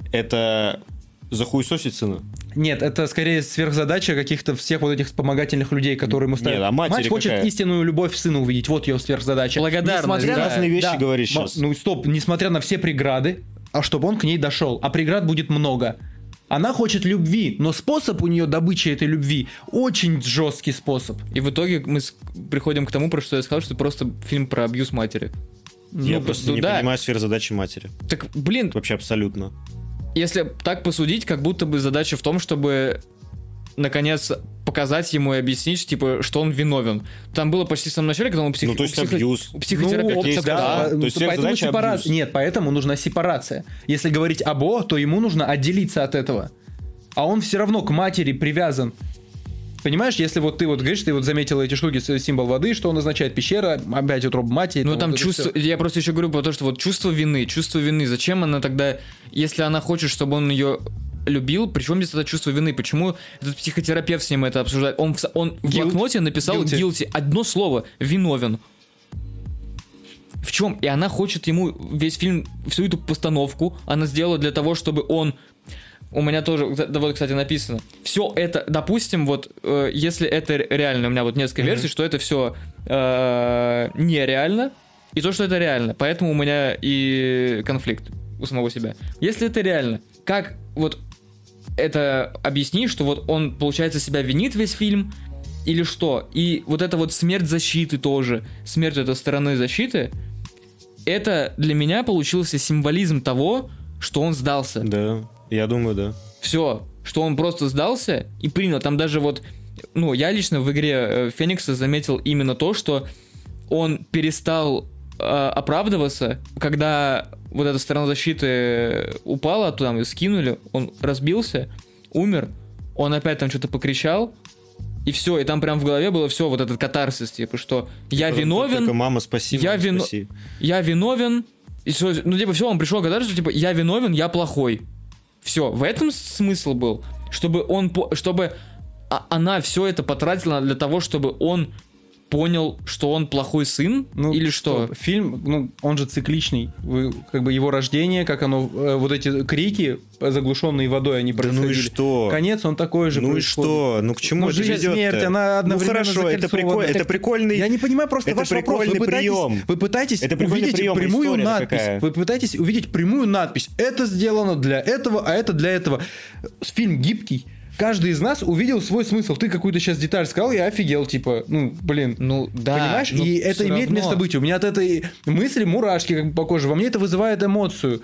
это захуесосить сына? Нет, это скорее сверхзадача каких-то всех вот этих вспомогательных людей, которые ему ставят. Нет, а мать хочет какая? Истинную любовь сына увидеть, вот ее сверхзадача. Благодарность. Разные вещи говоришь сейчас. Ну стоп, несмотря на все преграды, а чтобы он к ней дошел. А преград будет много. Она хочет любви, но способ у нее добычи этой любви очень жесткий способ. И в итоге мы приходим к тому, про что я сказал, что это просто фильм про абьюз матери. Я просто не понимаю сверхзадачи матери. Так, блин. Вообще абсолютно. Если так посудить, как будто бы задача в том, чтобы наконец показать ему и объяснить, типа, что он виновен. Там было почти в самом начале, когда он Ну, то есть абьюз. Психотерапевт. То есть поэтому сепарация. Нет, поэтому нужна сепарация. Если говорить об О, то ему нужно отделиться от этого. А он все равно к матери привязан. Понимаешь, если вот ты вот говоришь, ты вот заметила эти штуки, символ воды, что он означает, пещера, опять утроба матери. Ну там вот чувство, я просто еще говорю, потому что вот чувство вины, зачем она тогда, если она хочет, чтобы он ее любил, причем здесь это чувство вины, почему этот психотерапевт с ним это обсуждает, он в блокноте написал guilty, одно слово, виновен. В чем? И она хочет ему весь фильм, всю эту постановку, она сделала для того, чтобы он... У меня тоже, да, вот, кстати, написано. Все это, допустим, вот, если это реально, у меня вот несколько версий, что это все нереально, и то, что это реально. Поэтому у меня и конфликт у самого себя. Если это реально, как вот это объяснить, что вот он, получается, себя винит весь фильм, или что? И вот эта вот смерть защиты тоже, смерть этой стороны защиты, это для меня получился символизм того, что он сдался. Да. Я думаю, да. Все, что он просто сдался и принял. Там даже вот, ну, я лично в игре Феникса заметил именно то, что он перестал оправдываться, когда вот эта сторона защиты упала, туда его скинули, он разбился, умер, он опять там что-то покричал, и все, и там прям в голове было все, вот этот катарсис, типа, что я виновен. Только мама, спаси, спаси. Я виновен. И все, ну, типа, все, он пришел к катарсису, типа, я виновен, я плохой. Все, в этом смысл был, чтобы она все это потратила для того, чтобы он понял, что он плохой сын, ну, или что? Фильм, ну, он же цикличный. Как бы его рождение, как оно, вот эти крики, заглушенные водой, они происходили. Да ну и что? Конец, он такой же. Ну происходит. И что? Ну к чему это ведет-то? Смерть, она одновременно хорошо, это прикольный. Я не понимаю просто это ваш вопрос. Вы пытаетесь увидеть прямую надпись. Вы пытаетесь увидеть прямую надпись. Это сделано для этого, а это для этого. Фильм гибкий. Каждый из нас увидел свой смысл. Ты какую-то сейчас деталь сказал, я офигел, типа, ну, блин. Ну, да. Понимаешь? Ну, и это имеет место быть. У меня от этой мысли мурашки как бы по коже. Во мне это вызывает эмоцию.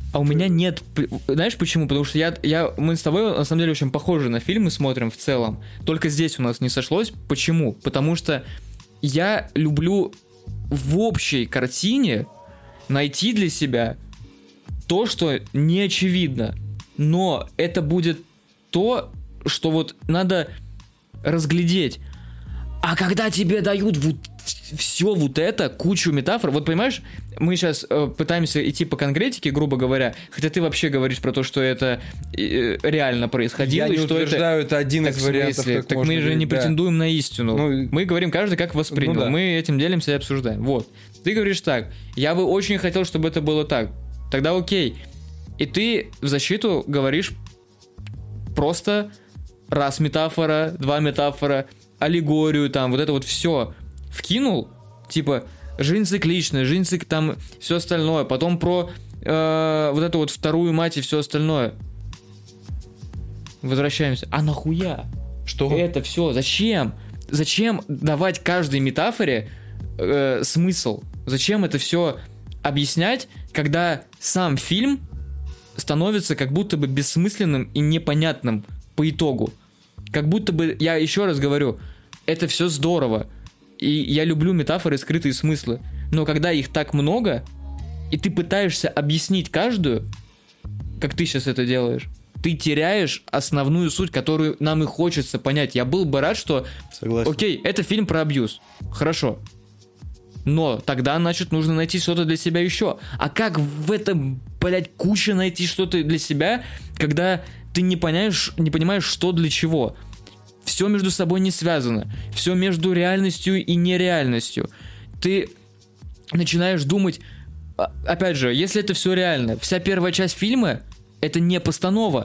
А у меня нет... Знаешь почему? Потому что мы с тобой, на самом деле, очень похожи на фильмы смотрим в целом. Только здесь у нас не сошлось. Почему? Потому что я люблю в общей картине найти для себя то, что не очевидно. Но это будет то, что вот надо разглядеть. А когда тебе дают вот все вот это, кучу метафор, вот понимаешь, мы сейчас пытаемся идти по конкретике, грубо говоря, хотя ты вообще говоришь про то, что это реально происходило. Я не что утверждаю, это один из вариантов. Так мы же не претендуем на истину. Ну, мы говорим каждый как воспринял. Ну, да. Мы этим делимся и обсуждаем. Вот. Ты говоришь так, я бы очень хотел, чтобы это было так. Тогда окей. И ты в защиту говоришь просто раз метафора, два метафора, аллегорию там, вот это вот все вкинул, типа жизнь цикличная, там все остальное, потом про вот эту вот вторую мать и все остальное. Возвращаемся. А нахуя? Что? Это все. Зачем? Зачем давать каждой метафоре смысл? Зачем это все объяснять, когда сам фильм становится как будто бы бессмысленным и непонятным по итогу? Как будто бы, я еще раз говорю, это все здорово. И я люблю метафоры, скрытые смыслы. Но когда их так много, и ты пытаешься объяснить каждую, как ты сейчас это делаешь, ты теряешь основную суть, которую нам и хочется понять. Я был бы рад, что... Согласен. Окей, это фильм про абьюз. Хорошо. Но тогда, значит, нужно найти что-то для себя еще. А как в этом, блядь, куче найти что-то для себя, когда ты не понимаешь, что для чего? Все между собой не связано. Все между реальностью и нереальностью. Ты начинаешь думать... Опять же, если это все реально, вся первая часть фильма — это не постанова.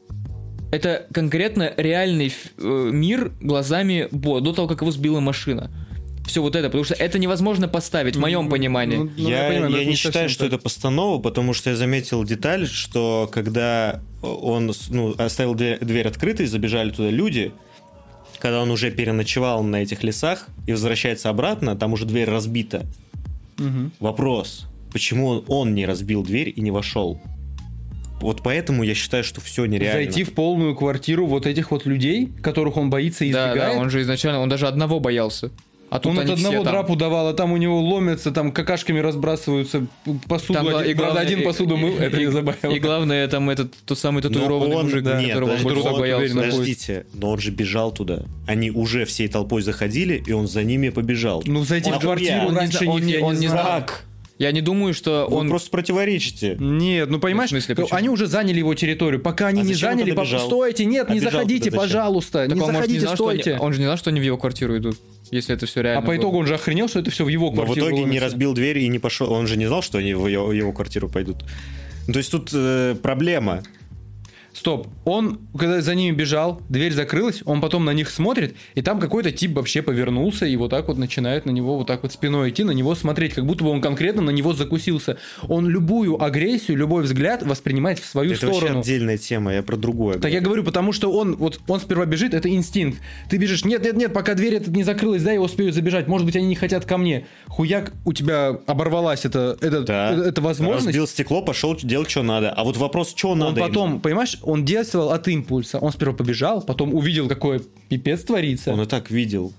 Это конкретно реальный мир глазами Бо, до того, как его сбила машина. Все вот это, потому что это невозможно поставить, в моем понимании. Я не считаю, что это постанова, потому что я заметил деталь, что когда он оставил дверь открытой, забежали туда люди, когда он уже переночевал на этих лесах и возвращается обратно, там уже дверь разбита. Угу. Вопрос, почему он не разбил дверь и не вошел? Вот поэтому я считаю, что все нереально. Зайти в полную квартиру вот этих вот людей, которых он боится и избегает. Да, он же изначально, он даже одного боялся. А тут он от одного драпу давал, а там у него ломятся, там какашками разбрасываются, посуду. Правда, один посуду мыл, это не забавило. И главное, там тот самый татуированный мужик, которого он больше боялся. Подождите, но он же бежал туда. Они уже всей толпой заходили, и он за ними побежал. Ну, зайти в квартиру раньше он не знал. Я не думаю, что он... Вы просто противоречите. Нет, ну понимаешь, они уже заняли его территорию. Пока они не заняли, стойте, нет, не заходите, пожалуйста, не заходите, стойте. Он же не знал, что они в его квартиру идут, если это все реально. А по итогу он же охренел, что это все в его квартиру. Но в итоге не разбил дверь и не пошел. Он же не знал, что они в его квартиру пойдут. То есть тут проблема. Стоп, он, когда за ними бежал, дверь закрылась, он потом на них смотрит, и там какой-то тип вообще повернулся и вот так вот начинает на него вот так вот спиной идти, на него смотреть, как будто бы он конкретно на него закусился. Он любую агрессию, любой взгляд воспринимает в свою сторону. Это вообще отдельная тема, я про другое. Так я говорю, потому что он сперва бежит, это инстинкт. Ты бежишь, нет, пока дверь эта не закрылась, дай я успею забежать, может быть, они не хотят ко мне. Хуяк, у тебя оборвалась эта возможность. Разбил стекло, пошел делать, что надо. А вот вопрос, что надо он потом, ему? Понимаешь, он действовал от импульса. Он сперва побежал, потом увидел, какой пипец творится. Он и так видел.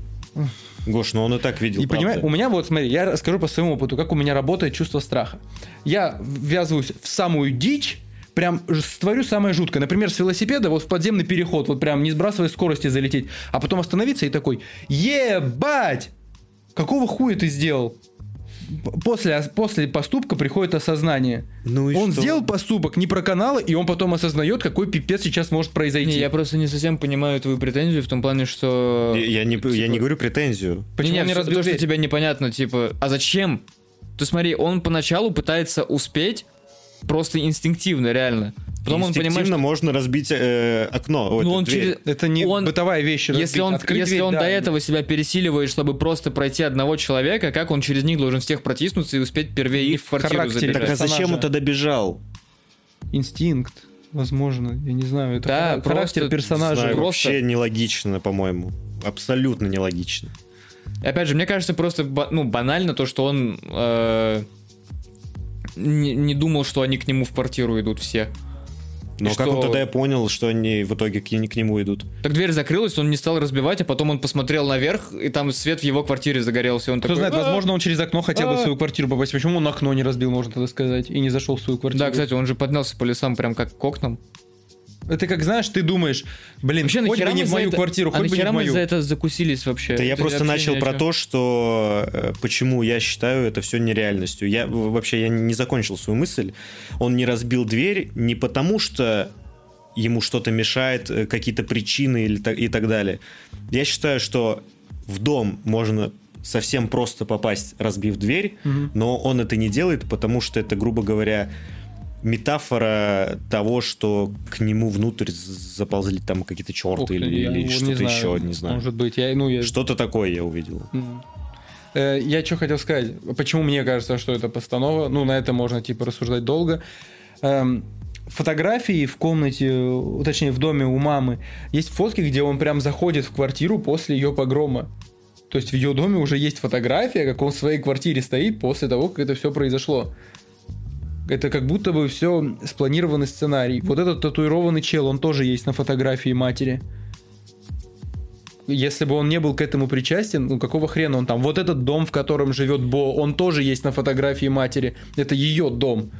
Гош, он и так видел, и понимаешь, у меня вот, смотри, я расскажу по своему опыту, как у меня работает чувство страха. Я ввязываюсь в самую дичь, прям творю самое жуткое. Например, с велосипеда вот в подземный переход, вот прям не сбрасывая скорости залететь, а потом остановиться и такой: ебать! Какого хуя ты сделал? После поступка приходит осознание. Он сделал поступок не про каналы, и он потом осознает, какой пипец сейчас может произойти. Я просто не совсем понимаю твою претензию в том плане, что... Я не говорю претензию. Почему он не разбил дверь? То, что тебе непонятно, типа, а зачем? Ты смотри, он поначалу пытается успеть просто инстинктивно, реально. Потом он понимает, что можно разбить окно. Это не бытовая вещь. Если он до этого себя пересиливает, чтобы просто пройти одного человека, как он через них должен всех протиснуться и успеть первее их в квартиру забежать? Так а зачем он тогда бежал? Инстинкт, возможно, я не знаю. Это характер персонажа. Знаю, вообще нелогично, по-моему. Абсолютно нелогично. Опять же, мне кажется, просто банально то, что он... не думал, что они к нему в квартиру идут все. Но как он тогда понял, что они в итоге к нему идут? Так дверь закрылась, он не стал разбивать, а потом он посмотрел наверх, и там свет в его квартире загорелся. Он Кто такой, знает, возможно, он через окно хотел бы в свою квартиру попасть. Почему он окно не разбил, можно тогда сказать, и не зашел в свою квартиру? Да, кстати, он же поднялся по лесам прям как к окнам. Это как, знаешь, ты думаешь, блин, вообще, хоть бы не в мою квартиру, хоть бы не в мою. мы за это закусились вообще? Да я просто начал про то, что почему я считаю это все нереальностью. Я не закончил свою мысль. Он не разбил дверь не потому, что ему что-то мешает, какие-то причины и так далее. Я считаю, что в дом можно совсем просто попасть, разбив дверь, но он это не делает, потому что это, грубо говоря, метафора того, что к нему внутрь заползли там какие-то черты или что-то еще, не знаю. Может быть. Что-то такое я увидел. Я что хотел сказать. Почему мне кажется, что это постанова? Ну, на это можно, рассуждать долго. Фотографии в комнате, точнее, в доме у мамы, есть фотки, где он прям заходит в квартиру после ее погрома. То есть в ее доме уже есть фотография, как он в своей квартире стоит после того, как это все произошло. Это как будто бы все спланированный сценарий. Вот этот татуированный чел, он тоже есть на фотографии матери. Если бы он не был к этому причастен, ну какого хрена он там? Вот этот дом, в котором живет Бо, он тоже есть на фотографии матери. Это ее дом.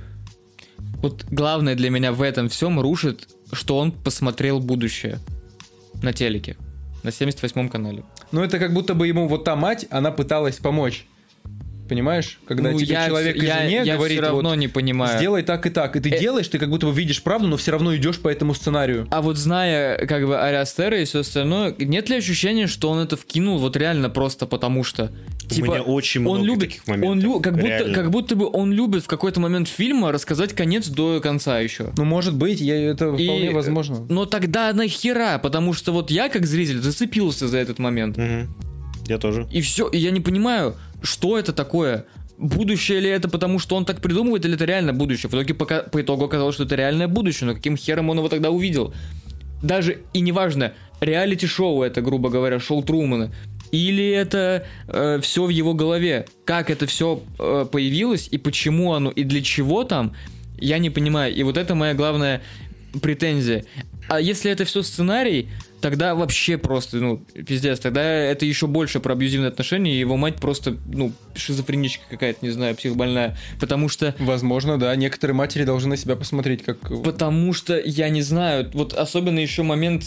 Вот главное для меня в этом всем рушит, что он посмотрел будущее на телеке, на 78-м канале. Ну это как будто бы ему вот та мать, она пыталась помочь. Понимаешь? Когда тебе человек извне говорит, все равно не понимаю. Сделай так и так. И ты делаешь, ты как будто бы видишь правду, но все равно идешь по этому сценарию. А вот зная, как бы, Ари Астера и все остальное, нет ли ощущения, что он это вкинул вот реально просто потому что... У меня очень много таких моментов. Как будто бы он любит в какой-то момент фильма рассказать конец до конца еще. Ну, может быть, это вполне возможно. Но тогда нахера? Потому что вот я, как зритель, зацепился за этот момент. Я тоже. И все, и я не понимаю, что это такое. Будущее ли это потому, что он так придумывает, или это реально будущее? В итоге по итогу оказалось, что это реальное будущее. Но каким хером он его тогда увидел? Даже и неважно, реалити-шоу это, грубо говоря, шоу Трумана, или это все в его голове. Как это все появилось, и почему оно, и для чего там, я не понимаю. И вот это моя главная претензия. А если это все сценарий, тогда вообще просто, пиздец. Тогда это еще больше про абьюзивные отношения, и его мать просто, шизофреничка какая-то, не знаю, психбольная. Потому что... Возможно, да. Некоторые матери должны на себя посмотреть, как... Потому что, я не знаю, вот особенно еще момент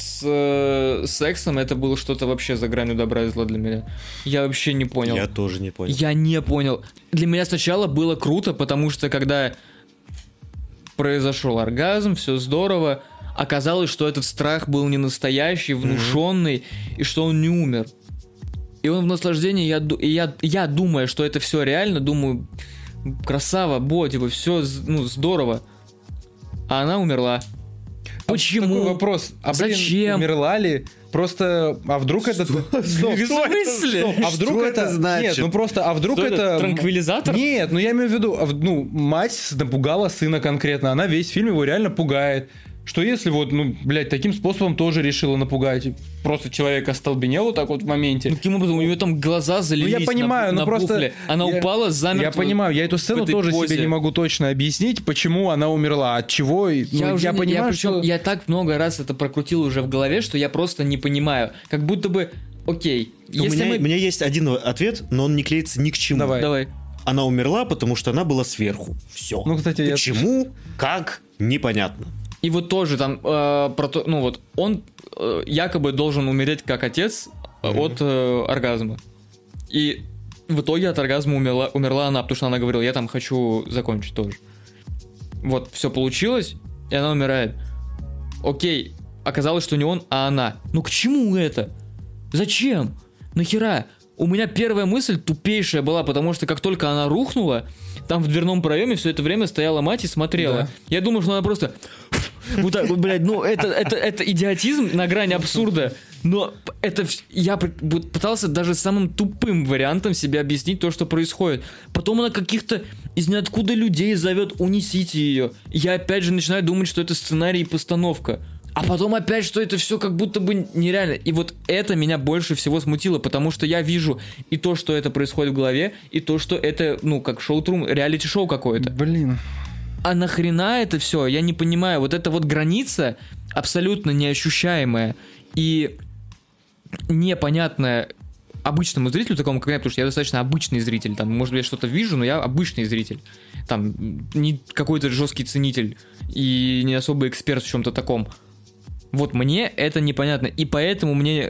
с сексом, это было что-то вообще за гранью добра и зла для меня. Я вообще не понял. Я тоже не понял. Я не понял. Для меня сначала было круто, потому что когда произошел оргазм, все здорово, оказалось, что этот страх был не настоящий, внушенный, и что он не умер. И он в наслаждении, я думаю, что это все реально, думаю, красава, все, здорово. А она умерла. Почему? Такой вопрос. Зачем? Умерла ли? Просто, а вдруг это... В смысле? А вдруг это значит? Нет, просто, а вдруг это... Транквилизатор? Нет, я имею в виду, мать напугала сына конкретно, она весь фильм его реально пугает. Что если таким способом тоже решила напугать? Просто человек остолбенел вот так вот в моменте. Каким образом? У нее там глаза залились. Я понимаю, на просто... буфле. Она упала замертво. Я понимаю, я эту сцену тоже себе не могу точно объяснить, почему она умерла, от чего. Я понимаю, что... Я так много раз это прокрутил уже в голове, что я просто не понимаю. Как будто бы, окей. У меня есть один ответ, но он не клеится ни к чему. Давай. Она умерла, потому что она была сверху. Все. Кстати, почему? Как? Непонятно. И вот тоже там, он якобы должен умереть как отец от оргазма. И в итоге от оргазма умерла она, потому что она говорила, я там хочу закончить тоже. Вот, все получилось, и она умирает. Окей, оказалось, что не он, а она. К чему это? Зачем? Нахера? У меня первая мысль тупейшая была, потому что как только она рухнула, там в дверном проеме все это время стояла мать и смотрела. Да. Я думал, что она просто... Вот так вот, блядь, это идиотизм на грани абсурда. Но это... Я пытался даже самым тупым вариантом себе объяснить то, что происходит. Потом она каких-то из ниоткуда людей зовет, унесите ее. Я опять же начинаю думать, что это сценарий и постановка. А потом опять, что это все как будто бы нереально. И вот это меня больше всего смутило, потому что я вижу и то, что это происходит в голове, и то, что это, ну, как шоу-трум, реалити-шоу какое-то. Блин. А нахрена это все? Я не понимаю. Вот эта вот граница абсолютно неощущаемая и непонятная обычному зрителю, такому как я, потому что я достаточно обычный зритель. Там, может быть, я что-то вижу, но я обычный зритель. Там, не какой-то жесткий ценитель и не особо эксперт в чем-то таком. Вот мне это непонятно. И поэтому мне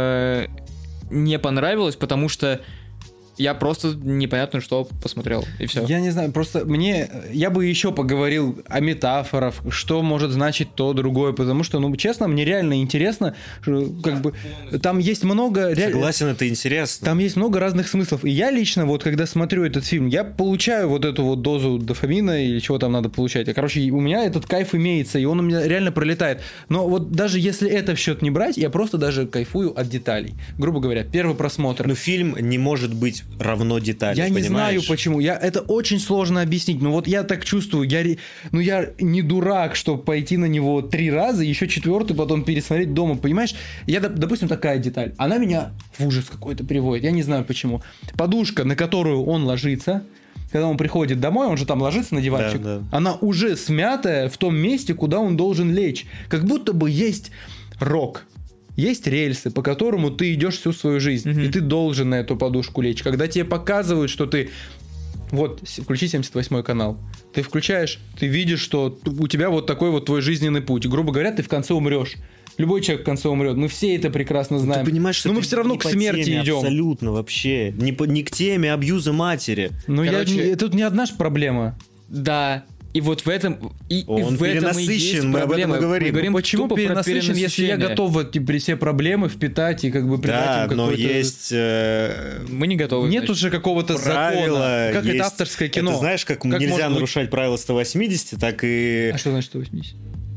не понравилось, потому что я просто непонятно, что посмотрел, и все. Я не знаю, просто я бы еще поговорил о метафорах, что может значить то, другое, потому что, ну, честно, мне реально интересно, как бы, там есть много... Согласен, это интересно. Там есть много разных смыслов, и я лично, вот, когда смотрю этот фильм, я получаю вот эту вот дозу дофамина, или чего там надо получать, короче, у меня этот кайф имеется, и он у меня реально пролетает, но вот даже если это в счет не брать, я просто даже кайфую от деталей, грубо говоря, первый просмотр. Но фильм не может быть равно детали. Я не знаю почему. Это очень сложно объяснить. Но вот я так чувствую. Я не дурак, чтобы пойти на него 3 раза, еще 4-й потом пересмотреть дома. Понимаешь? Допустим, такая деталь. Она меня в ужас какой-то приводит. Я не знаю почему. Подушка, на которую он ложится, когда он приходит домой, он же там ложится на диванчик. Да. Она уже смятая в том месте, куда он должен лечь. Как будто бы есть рок. Есть рельсы, по которому ты идешь всю свою жизнь, и ты должен на эту подушку лечь. Когда тебе показывают, что ты... Вот, включи 78-й канал. Ты включаешь, ты видишь, что у тебя вот такой вот твой жизненный путь. Грубо говоря, ты в конце умрешь. Любой человек в конце умрет. Мы все это прекрасно знаем. Ты понимаешь, что но мы все равно к смерти идем. Абсолютно вообще. Не к теме абьюза матери. Но тут не одна же проблема. Да. И вот в этом он в этом перенасыщен, и есть мы об этом проблема. и говорим. Мы говорим, почему перенасыщен, если я готов вот все проблемы впитать и как бы придать им но какой-то... есть... Мы не готовы. Нет уже какого-то закона. Как это авторское кино. Это знаешь, как нельзя нарушать правила 180, так и... А что значит 180?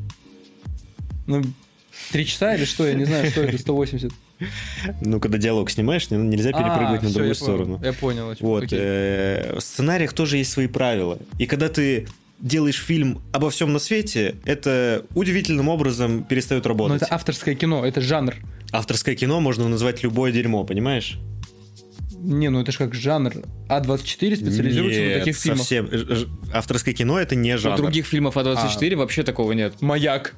Ну, 3 часа или что? Я не знаю, что это 180. Ну, когда диалог снимаешь, нельзя перепрыгнуть на другую сторону. Я понял. Вот. В сценариях тоже есть свои правила. И когда ты делаешь фильм обо всем на свете, это удивительным образом перестает работать. Но это авторское кино, это жанр. Авторское кино можно назвать любое дерьмо, понимаешь? Не, ну это же как жанр. А24 специализируется на таких фильмах. Совсем. Авторское кино это не жанр. У других фильмов А24 вообще такого нет. «Маяк».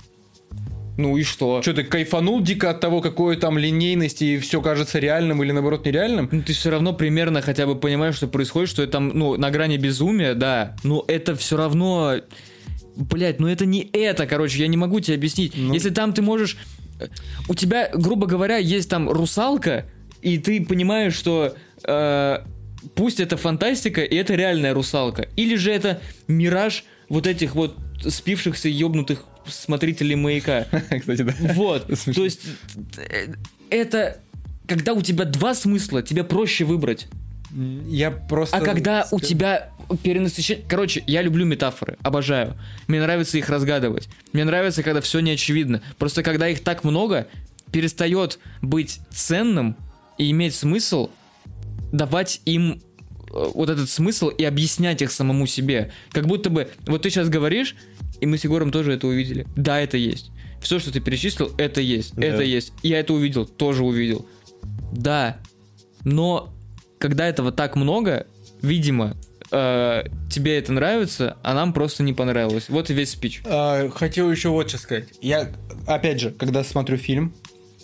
Ну и что? Что, ты кайфанул дико от того, какой там линейности и все кажется реальным или наоборот нереальным? Ну, ты все равно примерно хотя бы понимаешь, что происходит, что это там, ну, на грани безумия, да, но это все равно... Блять, ну это не это, короче, я не могу тебе объяснить. Если там ты можешь... У тебя, грубо говоря, есть там русалка, и ты понимаешь, что... пусть это фантастика, и это реальная русалка. Или же это мираж вот этих вот спившихся ёбнутых смотрителей «Маяка». Кстати, да. Вот. То есть это... Когда у тебя 2 смысла, тебе проще выбрать. Я просто... А когда у тебя перенасыщение... Короче, я люблю метафоры, обожаю. Мне нравится их разгадывать. Мне нравится, когда все не очевидно. Просто когда их так много, перестает быть ценным и иметь смысл давать им вот этот смысл и объяснять их самому себе. Как будто бы... Вот ты сейчас говоришь, и мы с Егором тоже это увидели. Да, это есть. Все, что ты перечислил, это есть. Да. Это есть. Я это увидел, тоже увидел. Да. Но когда этого так много, видимо, тебе это нравится, а нам просто не понравилось. Вот и весь спич. Хотел еще вот что сказать. Я, опять же, когда смотрю фильм,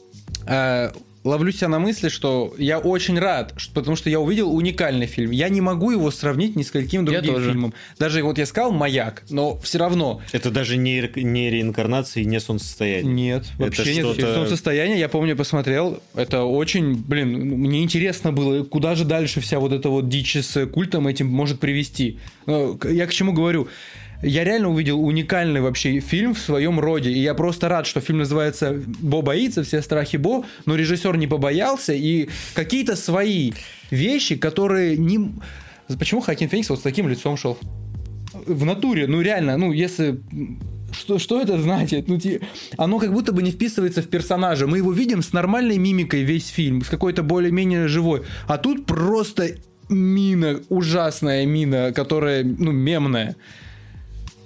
ловлю себя на мысли, что я очень рад, потому что я увидел уникальный фильм. Я не могу его сравнить ни с каким другим фильмом. Даже вот я сказал «Маяк», но все равно. Это даже не реинкарнация и не солнцестояние. Нет, вообще нет. Солнцестояние, я помню, посмотрел. Это очень, мне интересно было, куда же дальше вся вот эта вот дичь с культом этим может привести. Я к чему говорю? Я реально увидел уникальный вообще фильм в своем роде, и я просто рад, что фильм называется «Бо боится, все страхи Бо», но режиссер не побоялся, и какие-то свои вещи, которые не... Почему Хоакин Феникс вот с таким лицом шел? В натуре, ну реально, ну если... Что это значит? Ну, оно как будто бы не вписывается в персонажа. Мы его видим с нормальной мимикой весь фильм, с какой-то более-менее живой, а тут просто мина, ужасная мина, которая, мемная.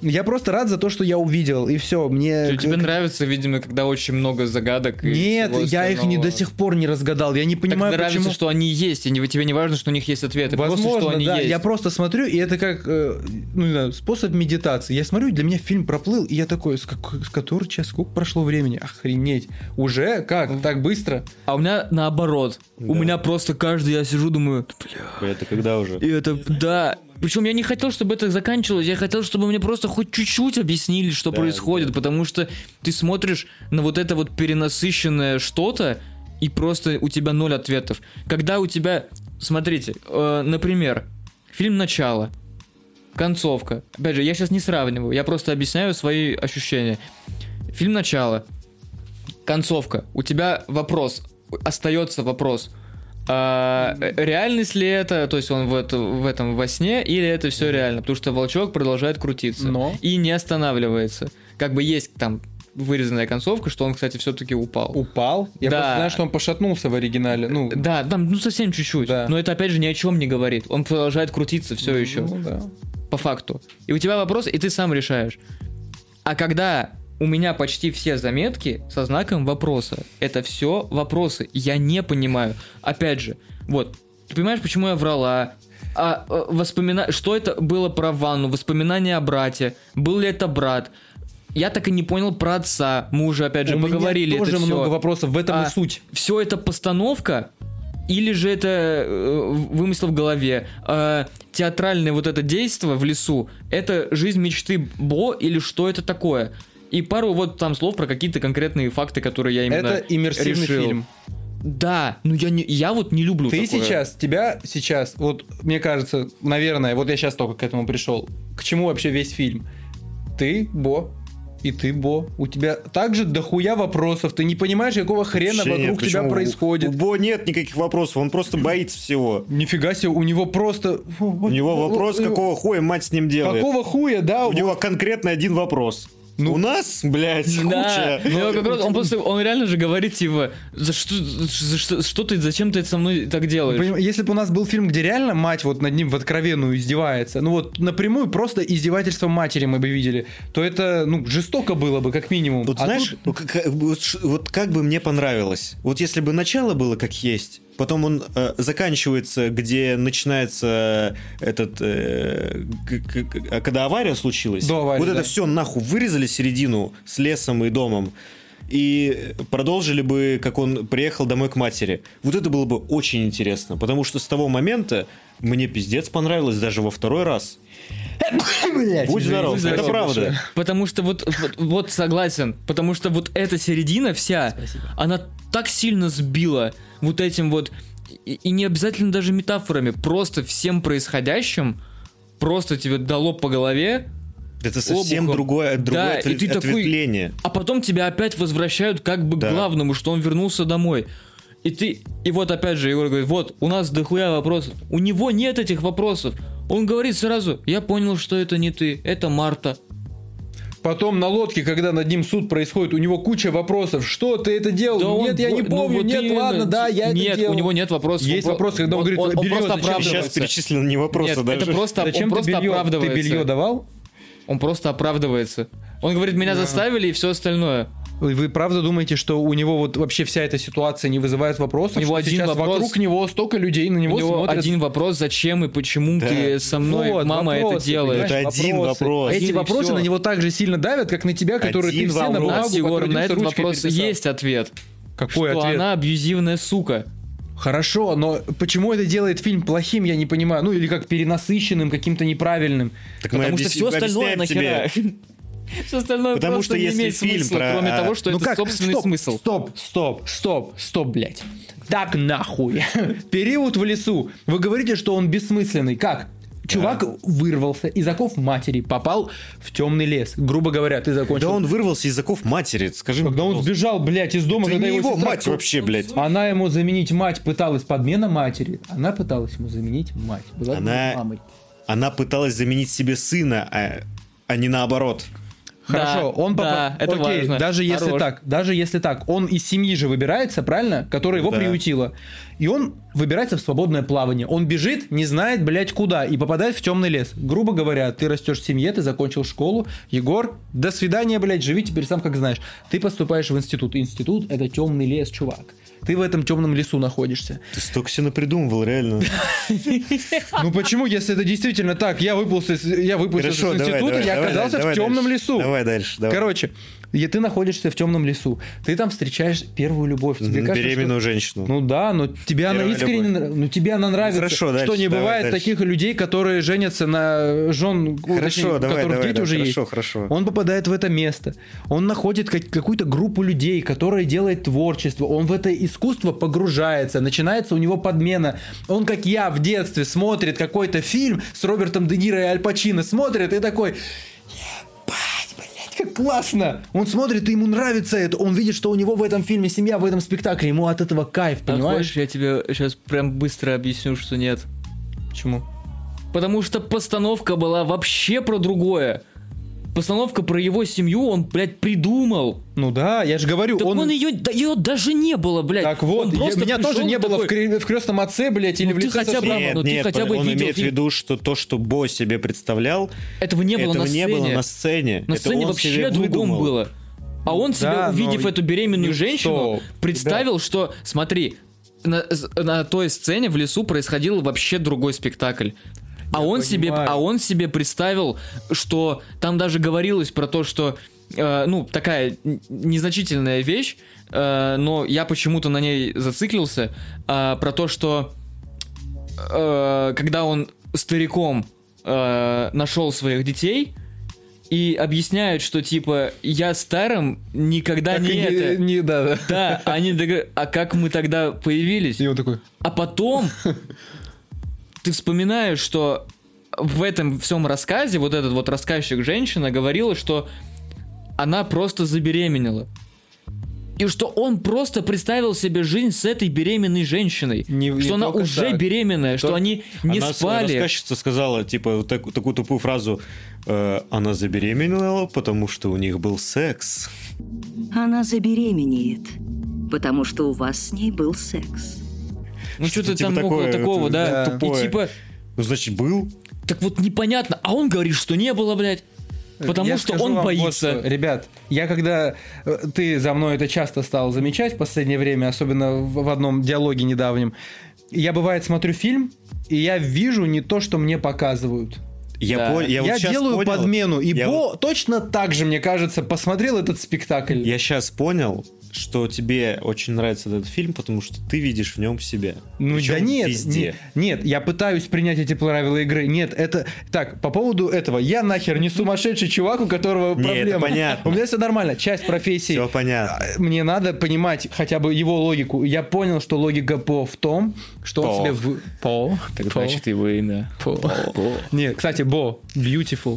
Я просто рад за то, что я увидел, и все. Тебе нравится, видимо, когда очень много загадок? Нет, я их до сих пор не разгадал. Я не понимаю, почему. Нравится, что они есть, и тебе не важно, что у них есть ответы. Возможно, просто, что они есть. Я просто смотрю, и это как способ медитации. Я смотрю, для меня фильм проплыл, и я такой, с который час, сколько прошло времени? Охренеть. Уже? Как? Так быстро? А у меня наоборот. Да. У меня просто я сижу, думаю, бля. Это когда уже? И это, да. Причем я не хотел, чтобы это заканчивалось, я хотел, чтобы мне просто хоть чуть-чуть объяснили, что происходит, потому что ты смотришь на вот это вот перенасыщенное что-то, и просто у тебя 0 ответов. Когда у тебя, смотрите, например, фильм «Начало», концовка. Опять же, я сейчас не сравниваю, я просто объясняю свои ощущения. Фильм «Начало», концовка. У тебя остается вопрос. Реальность ли это, то есть он в этом во сне, или это все реально? Потому что волчок продолжает крутиться и не останавливается. Как бы есть там вырезанная концовка, что он, кстати, все-таки упал. Упал? Я просто знаю, что он пошатнулся в оригинале. Да, там совсем чуть-чуть. Да. Но это опять же ни о чем не говорит. Он продолжает крутиться все еще. Да. По факту. И у тебя вопрос, и ты сам решаешь. А когда у меня почти все заметки со знаком вопроса. Это все вопросы. Я не понимаю. Опять же, вот. Ты понимаешь, почему я врала? Что это было про ванну? Воспоминания о брате. Был ли это брат? Я так и не понял про отца. Мы уже, опять же, поговорили. У меня тоже много вопросов. В этом и суть. Все это постановка? Или же это вымысел в голове? Театральное вот это действие в лесу, это жизнь мечты Бо или что это такое? И пару вот там слов про какие-то конкретные факты, которые я именно это иммерсивный решил. Фильм. Да, но я вот не люблю такое. Тебя сейчас, вот мне кажется, наверное, вот я сейчас только к этому пришел. К чему вообще весь фильм? Ты, Бо, и ты, Бо. У тебя также дохуя вопросов. Ты не понимаешь, какого хрена вокруг тебя происходит. У Бо нет никаких вопросов, он просто боится всего. Нифига себе, у него просто... У него вопрос, какого хуя мать с ним делает. Какого хуя, да? У него конкретно один вопрос. У нас, блядь, да. куча. Он реально же говорит, типа, зачем ты со мной так делаешь? Если бы у нас был фильм, где реально мать вот над ним в откровенную издевается, вот напрямую просто издевательство матери мы бы видели, то это, жестоко было бы, как минимум. Вот знаешь, вот как бы мне понравилось. Вот если бы начало было как есть, потом он заканчивается, где начинается когда авария случилась. Вот это все нахуй вырезали середину с лесом и домом. И продолжили бы, как он приехал домой к матери. Вот это было бы очень интересно. Потому что с того момента мне пиздец понравилось даже во второй раз. Будь здоров, это правда. Потому что вот согласен. Потому что вот эта середина вся, она так сильно сбила вот этим вот, и не обязательно даже метафорами, просто всем происходящим, просто тебе дало по голове. Это совсем другое ответвление. Такой, а потом тебя опять возвращают как бы к главному, что он вернулся домой. И вот опять же Егор говорит, вот, у нас дохуя вопросов. У него нет этих вопросов. Он говорит сразу, я понял, что это не ты, это Марта. Потом на лодке, когда над ним суд происходит, у него куча вопросов. Что ты это делал? Да нет, я не помню. Вот нет, ладно, да, я это делал. Нет, у него нет вопросов. Есть вопросы, когда он говорит, белье, просто оправдывается. Сейчас перечислены не вопросы даже. Это просто, зачем он просто оправдывается. Ты белье давал? Он просто оправдывается. Он говорит, меня заставили и все остальное. Вы правда думаете, что у него вот вообще вся эта ситуация не вызывает вопросов? У него один сейчас вопрос, вокруг него столько людей на него смотрят. У него один вопрос, зачем и почему ты со мной, вот, мама, вопросы, это делаешь. Это один вопрос. Эти вопросы на него так же сильно давят, как на тебя, который ты все на бумагу, Егор, на этот вопрос есть ответ. Какой что ответ? Она абьюзивная сука. Хорошо, но почему это делает фильм плохим, я не понимаю. Или как перенасыщенным, каким-то неправильным. Так потому что все остальное нахера. Все остальное потому просто что не имеет смысла, кроме того, что это собственный смысл. Стоп, блядь. Так нахуй. Период в лесу. Вы говорите, что он бессмысленный. Как? Чувак вырвался из оков матери, попал в темный лес. Грубо говоря, ты закончил. Да он вырвался из оков матери, скажи мне. Когда он сбежал, блядь, из дома, это когда не его сестра... мать вообще, блядь. Она ему заменить мать пыталась, подмена матери. Она пыталась ему заменить мать. Была мамой. Она пыталась заменить себе сына, а не наоборот. Хорошо, он это окей, важно. даже если так, он из семьи же выбирается, правильно? Которая его приютила. И он выбирается в свободное плавание. Он бежит, не знает, блядь, куда, и попадает в темный лес. Грубо говоря, ты растешь в семье, ты закончил школу. Егор, до свидания, блядь, живи теперь сам как знаешь. Ты поступаешь в институт. Институт — это темный лес, чувак. Ты в этом темном лесу находишься. Ты столько себе напридумывал, реально. Ну почему, если это действительно так? Я выпустился из института, я оказался в темном лесу. Давай дальше. Короче, ты находишься в темном лесу. Ты там встречаешь первую любовь. Беременную женщину. Ну да, но тебе она искренне нравится. Ну тебе она нравится. Хорошо, дальше, что не бывает таких людей, которые женятся на жен, у которых дети уже есть. Хорошо. Он попадает в это место. Он находит какую-то группу людей, которая делает творчество. Он в это искусство погружается. Начинается у него подмена. Он, как я в детстве, смотрит какой-то фильм с Робертом Де Ниро и Аль Пачино. Смотрит и такой... Как классно! Он смотрит, и ему нравится это. Он видит, что у него в этом фильме семья, в этом спектакле. Ему от этого кайф, понимаешь? Хочешь, я тебе сейчас прям быстро объясню, что нет. Почему? Потому что постановка была вообще про другое. Постановка про его семью он, блядь, придумал. Ну да, я же говорю, так он ее даже не было, блядь. Так вот, меня тоже не было в «Крестном отце», блядь, или в «Лице Авраама». Нет, он имеет в виду, что то, что Бо себе представлял, этого не было на сцене. На сцене вообще другом было. А он себе, увидев эту беременную женщину, представил, что, смотри, на той сцене в лесу происходил вообще другой спектакль. А он себе представил, что там даже говорилось про то, что такая незначительная вещь, но я почему-то на ней зациклился, про то, что когда он стариком нашел своих детей и объясняют, что типа я старым никогда так не это. Да, они говорят, а как мы тогда появились? И он такой. А потом ты вспоминаешь, что в этом всем рассказе вот этот вот рассказчик женщина говорила, что она просто забеременела. И что он просто представил себе жизнь с этой беременной женщиной. Что она уже беременная, что они не спали. Рассказчица сказала, типа, такую тупую фразу: она забеременела, потому что у них был секс. Она забеременеет, потому что у вас с ней был секс. Ну, что-то там около такого, да. Тупое. И типа... Ну, значит, был. Так вот непонятно. А он говорит, что не было, блядь. Потому что он боится. Вот, ребят, когда ты за мной это часто стал замечать в последнее время, особенно в одном диалоге недавнем, я, бывает, смотрю фильм, и я вижу не то, что мне показывают. Я делаю подмену, и Бо точно так же, мне кажется, посмотрел этот спектакль. Я сейчас понял, что тебе очень нравится этот фильм, потому что ты видишь в нем себя. Ну причем да нет, везде. Нет, я пытаюсь принять эти правила игры. Нет, это... Так, по поводу этого, я нахер не сумасшедший чувак, у которого проблемы. Нет, понятно. У меня все нормально, часть профессии. Все понятно. Мне надо понимать хотя бы его логику. Я понял, что логика По в том, что он себе... По. Так значит его имя. По. Нет, кстати, Бо. Beautiful.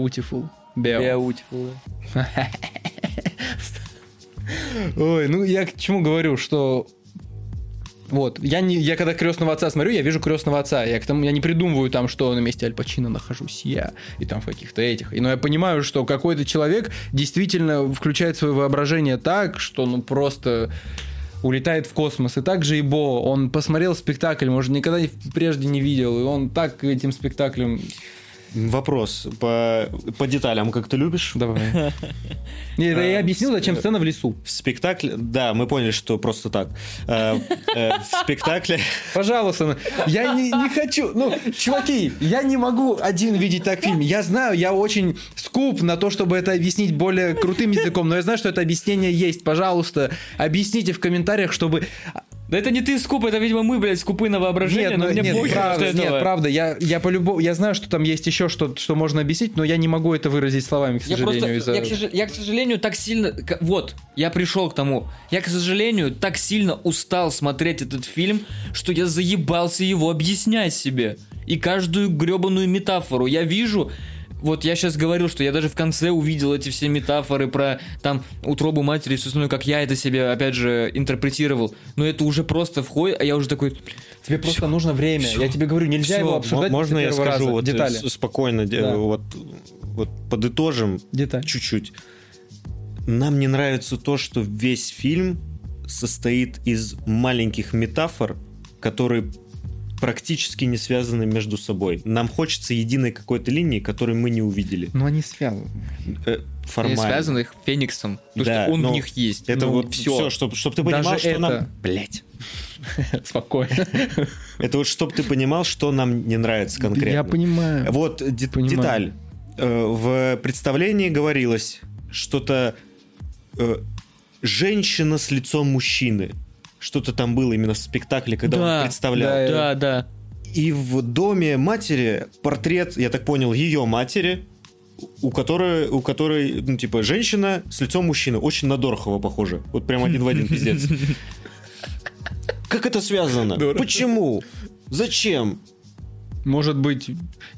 Ой, ну я к чему говорю, что вот, я когда «Крестного отца» смотрю, я вижу «Крестного отца», я не придумываю там, что на месте Аль Пачино нахожусь я, и там в каких-то этих, но я понимаю, что какой-то человек действительно включает свое воображение так, что просто улетает в космос. И так же и Бо, он посмотрел спектакль, может, никогда прежде не видел, и он так этим спектаклем... Вопрос по деталям, как ты любишь? Давай. Я объяснил, зачем сцена в лесу. В спектакле, да, мы поняли, что просто так. В спектакле... Пожалуйста, я не хочу... чуваки, я не могу один видеть так фильм. Я знаю, я очень скуп на то, чтобы это объяснить более крутым языком, но я знаю, что это объяснение есть. Пожалуйста, объясните в комментариях, чтобы... Да это не ты скуп, это, видимо, мы, блядь, скупы на воображение, но мне похер, что этого. Нет, правда, я знаю, что там есть еще что можно объяснить, но я не могу это выразить словами, к сожалению. Я, к сожалению, так сильно... Вот, я пришел к тому. Я, к сожалению, так сильно устал смотреть этот фильм, что я заебался его объяснять себе. И каждую гребаную метафору я вижу... Вот я сейчас говорил, что я даже в конце увидел эти все метафоры про там утробу матери и все остальное, как я это себе, опять же, интерпретировал. Но это уже просто входит, а я уже такой... Тебе просто нужно время. Всё. Я тебе говорю, нельзя его обсуждать. Можно я скажу вот детали? спокойно, Да. вот подытожим Деталь. чуть-чуть. Нам не нравится то, что весь фильм состоит из маленьких метафор, которые практически не связаны между собой. Нам хочется единой какой-то линии, которую мы не увидели. Но они связаны. Формально. Они связаны их Фениксом, потому Да, что он но в них есть. Это Ну, вот все, чтобы ты понимал, Даже что это- нам... Блять. Спокойно. Это вот чтобы ты понимал, что нам не нравится конкретно. Я понимаю. Вот Понимаю. деталь. В представлении говорилось что-то женщина с лицом мужчины. Что-то там было именно в спектакле, когда Да, он представлял. Да. И в доме матери портрет, я так понял, ее матери, у которой, ну, типа, женщина с лицом мужчины. Очень на Дорохова похоже. Вот прям один в один, пиздец. Как это связано? Почему? Зачем? Может быть,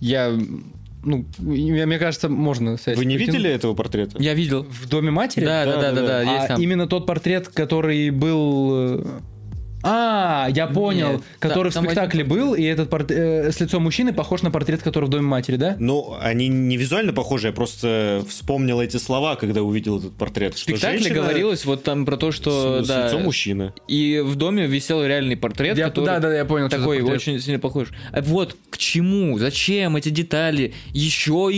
мне кажется, можно... Вы не видели этого портрета? Я видел. В доме матери? Да, есть А там. именно тот портрет, который был... я понял. Нет, Который там в спектакле был, и этот с лицом мужчины похож на портрет, который в доме матери, да? Ну, они не визуально похожи, я просто вспомнил эти слова, когда увидел этот портрет. В Что спектакле женщина говорилось вот там про то, что... с лицом мужчины. И в доме висел реальный портрет, который я понял, что за такой портрет. очень сильно похож. А вот к чему? Зачем эти детали? Еще.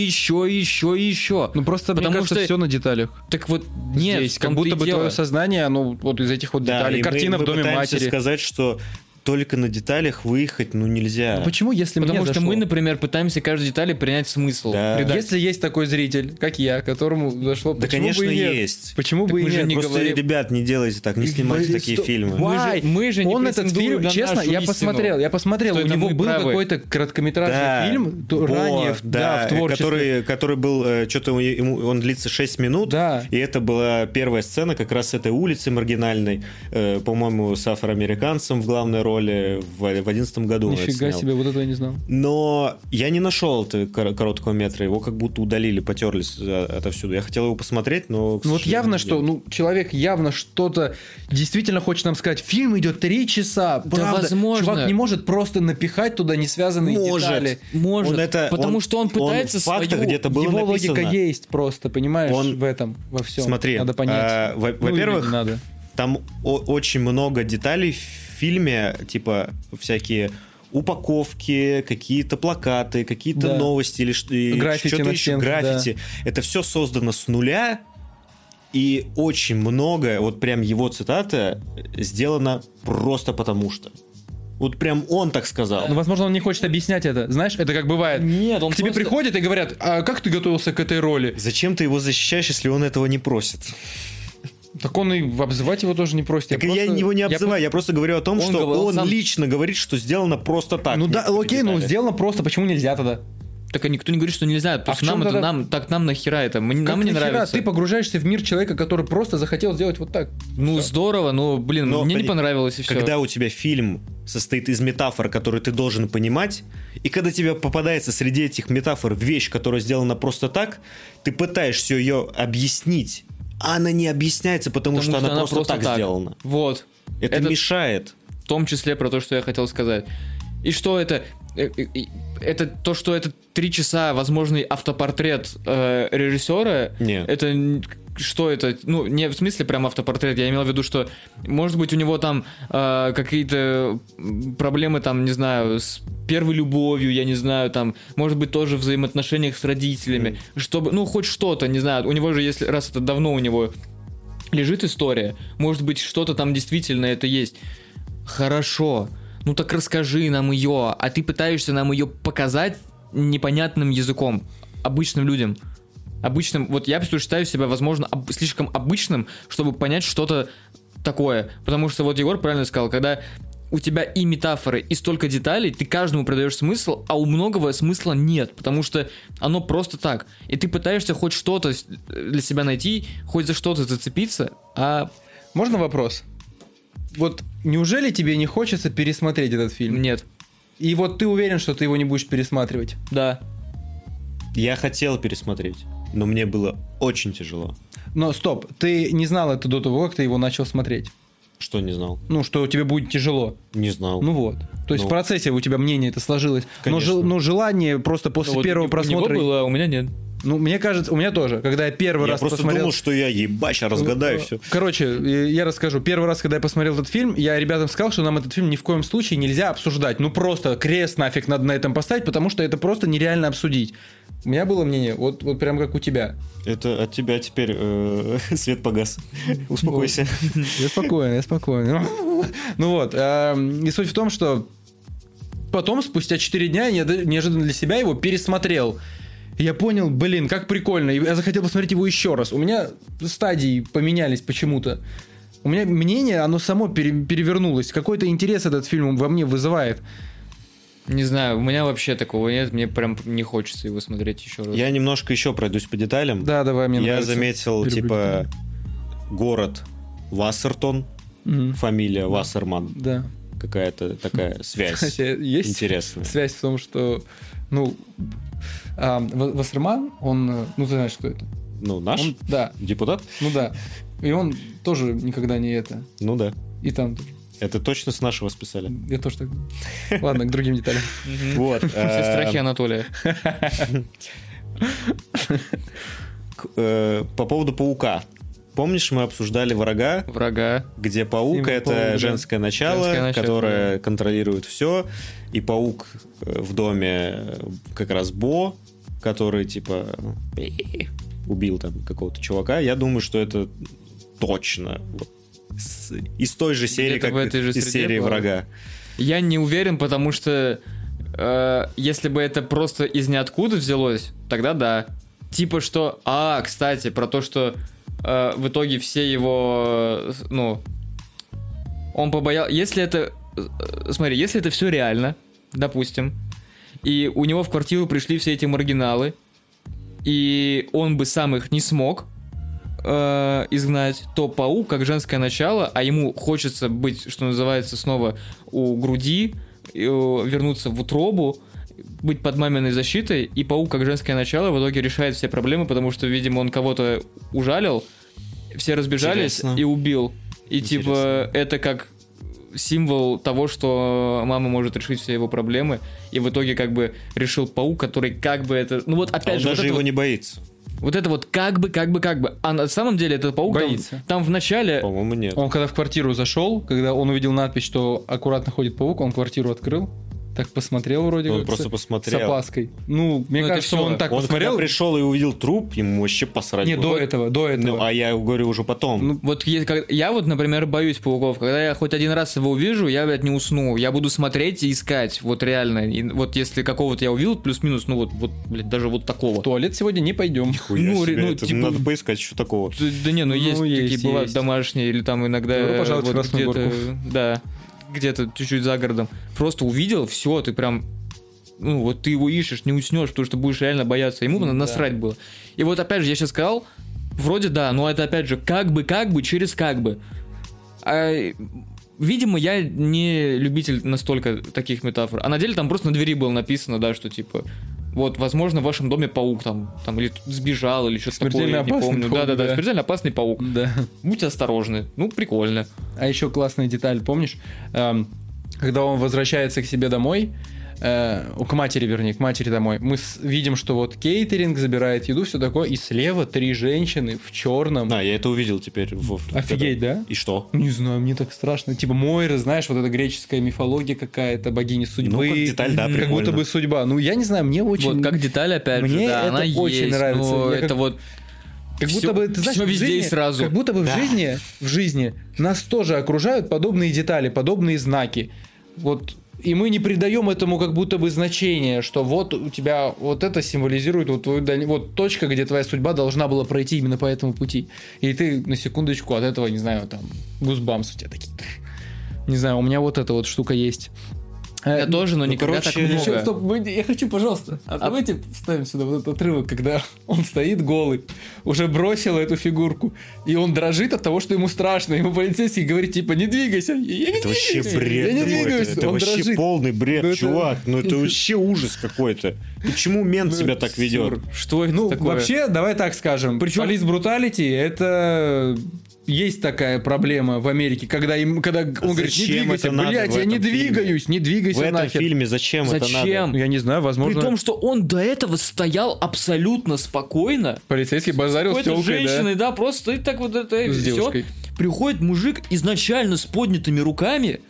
Ну просто, Потому мне кажется, что- все на деталях. Так вот, нет, Здесь, в как том-то будто и бы дело. твое сознание, оно вот из этих вот деталей. и Картина мы в доме пытаемся матери. сказать, что только на деталях выехать, нельзя. Ну почему, если Потому мне что зашло? мы, например, пытаемся каждой детали принять смысл. Да. придать. Если есть такой зритель, как я, которому зашло, Да, почему конечно, бы и нет? есть. Почему Так бы и мы же нет? не Просто, говорим- ребят, не делайте так, не снимайте такие фильмы. Why? Мы же не Он этот претендуем фильм, на честно, нашу я истину. посмотрел, Что у это него мы был правы. какой-то короткометражный фильм ранее, в творчестве. который был, что-то он длится 6 минут, Да. и это была первая сцена как раз этой улицы маргинальной, по-моему, с афроамериканцем в главной роли в 2011 году. он это Нифига снял. себе, вот этого я не знал. Но я не нашел этого короткого метра, его как будто удалили, потерлись отовсюду. Я хотел его посмотреть, но... к Ну вот сожалению, явно, нет. что человек явно что-то действительно хочет нам сказать. Фильм идет 3 часа. Правда, возможно. Чувак не может просто напихать туда несвязанные детали. Может, потому что он пытается в фактах свою... где-то было Его написано. логика есть просто, понимаешь, Он- в этом, во всем. Смотри, надо понять. Ну, или во-первых, не надо. там очень много деталей в фильме, типа всякие упаковки, какие-то плакаты, какие-то Да. новости или Граффити что-то на еще, стенках, граффити. Это все создано с нуля, и очень много, вот прям его цитата, сделано просто потому что. Вот прям он так сказал. Ну, возможно, он не хочет объяснять это. Знаешь, это как бывает. Нет, он К тебе просто- приходят и говорят, а как ты готовился к этой роли? Зачем ты его защищаешь, если он этого не просит? Так он и обзывать его тоже не просит. Так я его не обзываю, я просто говорю о том, Он что говорил он сам- лично говорит, что сделано просто так. Ну да, некоторые окей, ну детали. сделано просто, почему нельзя тогда? Так никто не говорит, что нельзя. То А есть в чем нам, это, тогда- нам нахера это? Нам не Как нахера? нравится. Ты погружаешься в мир человека, который просто захотел сделать вот так. Ну, здорово, но, блин, Но мне не понравилось и все. Когда у тебя фильм состоит из метафор, которые ты должен понимать, и когда тебе попадается среди этих метафор вещь, которая сделана просто так, ты пытаешься ее объяснить, а она не объясняется, потому что она просто так сделана. Вот. Это мешает. В том числе про то, что я хотел сказать. И что это? Это то, что это 3 часа возможный автопортрет режиссера. Нет. Это что это? Ну, не в смысле прям автопортрет. Я имел в виду, что может быть у него там какие-то проблемы там, не знаю, с первой любовью, я не знаю, там, может быть тоже в взаимоотношениях с родителями, чтобы, ну, хоть что-то, не знаю. У него же, если раз это давно у него лежит история, может быть что-то там действительно это есть. Хорошо. Ну так расскажи нам ее, а ты пытаешься нам ее показать непонятным языком, обычным людям. Обычным, вот я считаю себя, возможно, слишком обычным, чтобы понять что-то такое. Потому что вот Егор правильно сказал, когда у тебя и метафоры, и столько деталей, ты каждому придаешь смысл, а у многого смысла нет, потому что оно просто так. И ты пытаешься хоть что-то для себя найти, хоть за что-то зацепиться, а Можно вопрос? Вот неужели тебе не хочется пересмотреть этот фильм? нет. И вот ты уверен, что ты его не будешь пересматривать? Да. Я хотел пересмотреть, но мне было очень тяжело. Но стоп, ты не знал это до того, как ты его начал смотреть? Что не знал? Ну, что тебе будет тяжело. Не знал. Ну вот. То есть в процессе у тебя мнение это сложилось. Но желание просто после первого просмотра... У него было, а у меня нет. Ну, мне кажется, у меня тоже. Когда я первый раз просто посмотрел... думал, что я ебача разгадаю все. Короче, я расскажу. Первый раз, когда я посмотрел этот фильм, я ребятам сказал, что нам этот фильм ни в коем случае нельзя обсуждать. Ну, просто крест нафиг надо на этом поставить, потому что это просто нереально обсудить. У меня было мнение, вот прям как у тебя. Это от тебя теперь свет погас. Успокойся. Я спокойно. Ну вот. И суть в том, что потом, спустя 4 дня, я неожиданно для себя его пересмотрел. И я понял, блин, как прикольно. И я захотел посмотреть его еще раз. У меня стадии поменялись почему-то. У меня мнение, оно само перевернулось. Какой-то интерес этот фильм во мне вызывает. Не знаю, у меня вообще такого нет. Мне прям не хочется его смотреть еще раз. Я немножко еще пройдусь по деталям. Да, давай, мне нравится. Я заметил, типа, город Вассертон, фамилия Вассерман. Да. Какая-то такая связь. Кстати, есть интересная. Связь в том, что, ну, Вассерман, он, ну, ты знаешь, кто это? Ну, наш? Он, да. Депутат? Ну, да. И он тоже никогда не это. Ну, да. И там тоже. Это точно с нашего списали. Я тоже так думаю. Ладно, к другим деталям. Вот. Все страхи Анатолия. По поводу паука. Помнишь, мы обсуждали врага? Врага. Где паук — это женское начало, которое контролирует все. И паук в доме как раз Бо, который типа убил там какого-то чувака. Я думаю, что это точно из той же серии, как из серии врага. Я не уверен, потому что если бы это просто из ниоткуда взялось, тогда да. Типа что... кстати, про то, что в итоге все его... Ну... Он побоялся... Если это... Смотри, если это все реально, допустим, и у него в квартиру пришли все эти маргиналы, и он бы сам их не смог изгнать, то паук, как женское начало, а ему хочется быть, что называется, снова у груди, вернуться в утробу, быть под маминой защитой, и паук, как женское начало, в итоге решает все проблемы, потому что, видимо, он кого-то ужалил, все разбежались и убил. И типа это как символ того, что мама может решить все его проблемы, и в итоге как бы решил паук, который как бы это... Ну вот опять же... Он даже его не боится. Вот это вот как бы. А на самом деле этот паук там в начале... По-моему, нет. Он когда в квартиру зашел, когда он увидел надпись, что аккуратно ходит паук, он квартиру открыл, так посмотрел вроде он как просто посмотрел. с опаской. Ну, мне кажется, он так посмотрел. Он когда пришел и увидел труп, ему вообще посрать. Нет, до этого. Ну, а я говорю уже потом. Ну, вот я вот, например, боюсь пауков. Когда я хоть один раз его увижу, я, блядь, не усну. Я буду смотреть и искать. Вот реально. И вот если какого-то я увидел, плюс-минус, ну вот, блядь, даже вот такого. В туалет сегодня не пойдем. Типа, надо поискать, что такого. Да не, есть такие бывают домашние, или там иногда... Пожалуйста, вот где-то, да, где-то чуть-чуть за городом. Просто увидел, все, ты прям... Ну, вот ты его ищешь, не уснешь, потому что будешь реально бояться. Ему насрать было. И вот опять же, я сейчас сказал, вроде да, но это опять же как бы, через как бы. Видимо, я не любитель настолько таких метафор. А на деле там просто на двери было написано, да, что типа... Вот, возможно, в вашем доме паук там или сбежал, или что-то такое, я не помню. Да, смертельно опасный паук. Да. Будьте осторожны. Ну, прикольно. А еще классная деталь, помнишь? Когда он возвращается к себе домой, к матери домой, мы видим, что вот кейтеринг забирает еду, все такое, и слева 3 женщины в черном. Да, я это увидел теперь. Офигеть, да? И что? Не знаю, мне так страшно. Типа Мойра, знаешь, вот эта греческая мифология какая-то, богиня судьбы. Ну, как деталь, да, прикольно. Как будто бы судьба. Ну, я не знаю, мне очень... Вот как деталь, опять мне же, да, это она очень есть, нравится. но это вот... Как будто бы, ты знаешь, все везде жизни, и сразу. Как будто бы в жизни нас тоже окружают подобные детали, подобные знаки. Вот... И мы не придаем этому как будто бы значения, что вот у тебя вот это символизирует вот твою вот точка, где твоя судьба должна была пройти именно по этому пути. И ты на секундочку от этого, не знаю, там, гузбамс у тебя такие. Не знаю, у меня вот эта вот штука есть. Я тоже, но никогда так много. Стоп, я хочу, пожалуйста, давайте вставим сюда вот этот отрывок, когда он стоит голый, уже бросил эту фигурку, и он дрожит от того, что ему страшно. Ему полицейский говорит, типа, не двигайся. Это вообще бред какой-то. Это вообще полный бред, чувак. Ну это вообще ужас какой-то. Почему мент себя так ведет? Что это такое? Вообще, давай так скажем. Police Brutality — это... есть такая проблема в Америке, когда он говорит, не двигайся, блядь, я не двигаюсь, не двигайся нахер. В этом фильме зачем это надо? Я не знаю, возможно... При том, что он до этого стоял абсолютно спокойно. Полицейский базарил с тёлкой, женщиной, да, просто стоит так вот это, и все. Приходит мужик изначально с поднятыми руками,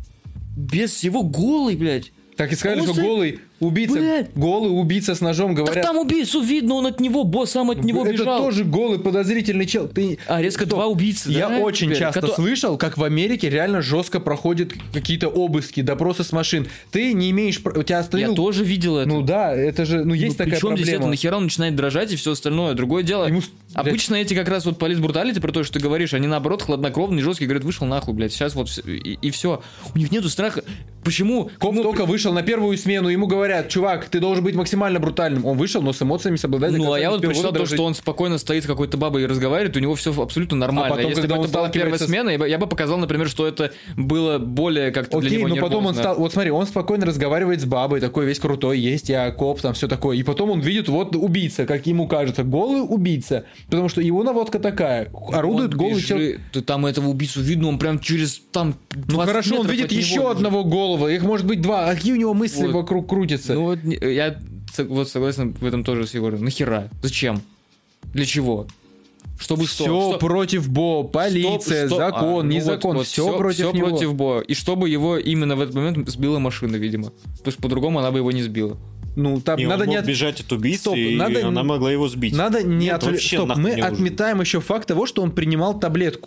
без всего, голый, блядь. Так и сказали, что голый убийца, голый убийца с ножом, говорят. Так там убийцу видно, он от него, сам от него бежал. Это тоже голый подозрительный чел. Резко два убийцы, Я очень часто слышал, как в Америке реально жестко проходят какие-то обыски, допросы с машин. Ты не имеешь... Я тоже видел это. Ну да, это же... есть такая проблема. Причем здесь это нахера он начинает дрожать и все остальное. Другое дело... Обычно эти как раз вот полис бруталити, про то, что ты говоришь, они наоборот хладнокровные, жесткие, говорят, вышел нахуй, блядь, сейчас вот и все. У них нету страха. Почему? Коп только вышел на первую смену, ему говорят, чувак, ты должен быть максимально брутальным. Он вышел, но с эмоциями совладает. Ну, а я вот прочитал то, что он спокойно стоит с какой-то бабой и разговаривает, у него все абсолютно нормально. Потом, если бы это была первая смена, я бы показал, например, что это было более как-то для него нервозно. Потом он стал... Вот смотри, он спокойно разговаривает с бабой, такой весь крутой, есть я коп, там все такое. И потом он видит, вот убийца, как ему кажется, голый убийца. Потому что его наводка такая. Орудует голый человек. Там этого убийцу видно, он прям через там 20 Ну хорошо, он видит еще одного голого, их может быть два. А какие у него мысли вокруг крутятся? Ну вот я вот согласен в этом тоже с Егором. Нахера? Зачем? Для чего? Чтобы все против Бо, полиция, закон, не закон, все против него. Все против Бо. И чтобы его именно в этот момент сбила машина, видимо. Потому что по-другому она бы его не сбила. Ну, там не, надо он мог бежать от убийцы, и она могла его сбить. Надо не Стоп, мы отметаем еще факт того, что он принимал таблетку.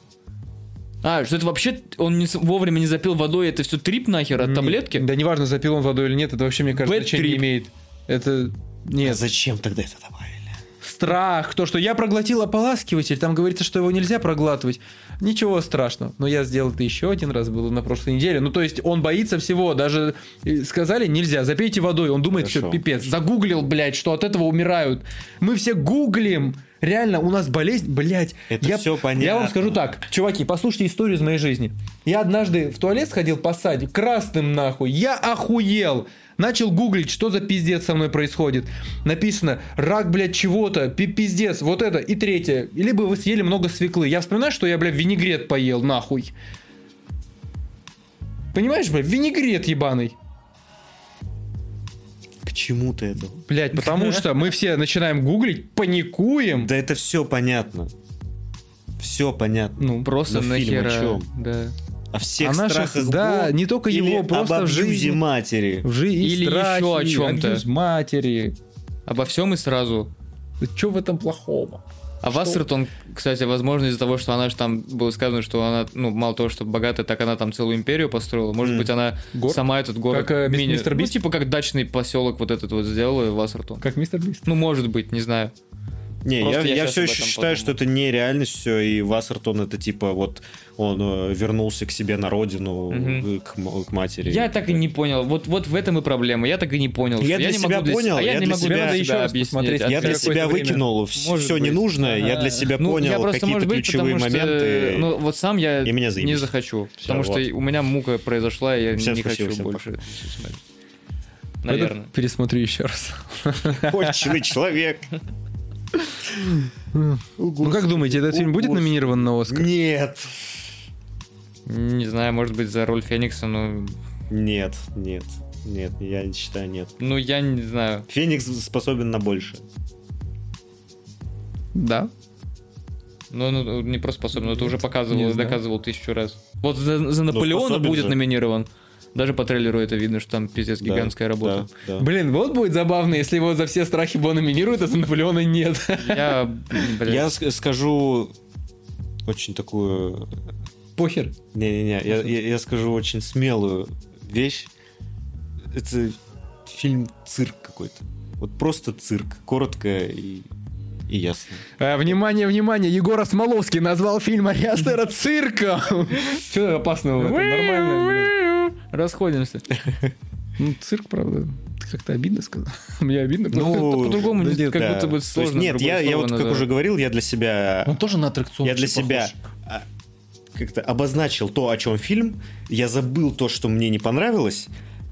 Что это вообще он вовремя не запил водой, это все трип нахер от таблетки? Да неважно, запил он водой или нет, это вообще, мне кажется, значения не имеет. Это... Нет. А зачем тогда это добавили? Страх, то, что я проглотил ополаскиватель, там говорится, что его нельзя проглатывать. Ничего страшного. Но я сделал это еще один раз, было на прошлой неделе. Ну, то есть, он боится всего. Даже сказали, нельзя, запейте водой. Он думает, что пипец. Загуглил, блядь, что от этого умирают. Мы все гуглим. Реально, у нас болезнь, блядь. Это все понятно. Я вам скажу так, чуваки, послушайте историю из моей жизни. Я однажды в туалет сходил поссать, красным нахуй. Я охуел. Начал гуглить, что за пиздец со мной происходит. Написано, рак, блядь, чего-то, пиздец, вот это. И третье, либо вы съели много свеклы. Я вспоминаю, что я, блядь, винегрет поел, нахуй. Понимаешь, блядь, винегрет ебаный. К чему ты это? Блядь, потому что мы все начинаем гуглить, паникуем. Да это все понятно. Все понятно. Ну, просто нахера. Да. О всех страхах да, не только его, просто об абьюзе матери. Или страхи, еще о чем-то. Абьюз матери. Обо всем и сразу. Что в этом плохого? А Вассертон, кстати, возможно, из-за того, что она же там, было сказано, что она, ну, мало того, что богатая, так она там целую империю построила. Может быть, она сама этот город... Как Мистер Бист? Ну, типа, как дачный поселок вот этот вот сделала, Вассертон. Как Мистер Бист? Ну, может быть, не знаю. Не, я все еще считаю, что это не реальность все, и Вассертон это типа вот он вернулся к себе на родину, к матери. Я так и не понял, вот в этом и проблема, я так и не понял. Я для себя понял, я для себя объяснить. Я для себя выкинул все ненужное, я для себя понял какие-то ключевые моменты. Ну вот сам я не захочу, потому что у меня мука произошла, и я не хочу больше смотреть. Наверное. Пересмотрю еще раз. Конченый человек. Ну как думаете, этот фильм будет номинирован на Оскар? Нет. Не знаю, может быть, за роль Феникса, но... Нет, я считаю, нет. Ну, я не знаю. Феникс способен на больше. Да? Ну, не просто способен, это уже показывал, доказывал 1000 раз. Вот за Наполеона будет же номинирован. Даже по трейлеру это видно, что там пиздец гигантская работа. Да. Блин, вот будет забавно, если его за все страхи Бо номинируют, а за Наполеона нет. Я скажу очень такую... Похер. Не-не-не, я скажу очень смелую вещь. Это фильм цирк какой-то. Вот просто цирк. Коротко и ясно. Внимание, Егор Смоловский назвал фильм Ари Астера цирком. Что опасного в этом? Нормально. Расходимся. Ну, цирк, правда, как-то обидно сказал. Мне обидно. Ну, по-другому как будто бы сложно. Нет, я вот, как уже говорил, я для себя... Он тоже на аттракцион. Я для себя как-то обозначил то, о чем фильм. Я забыл то, что мне не понравилось.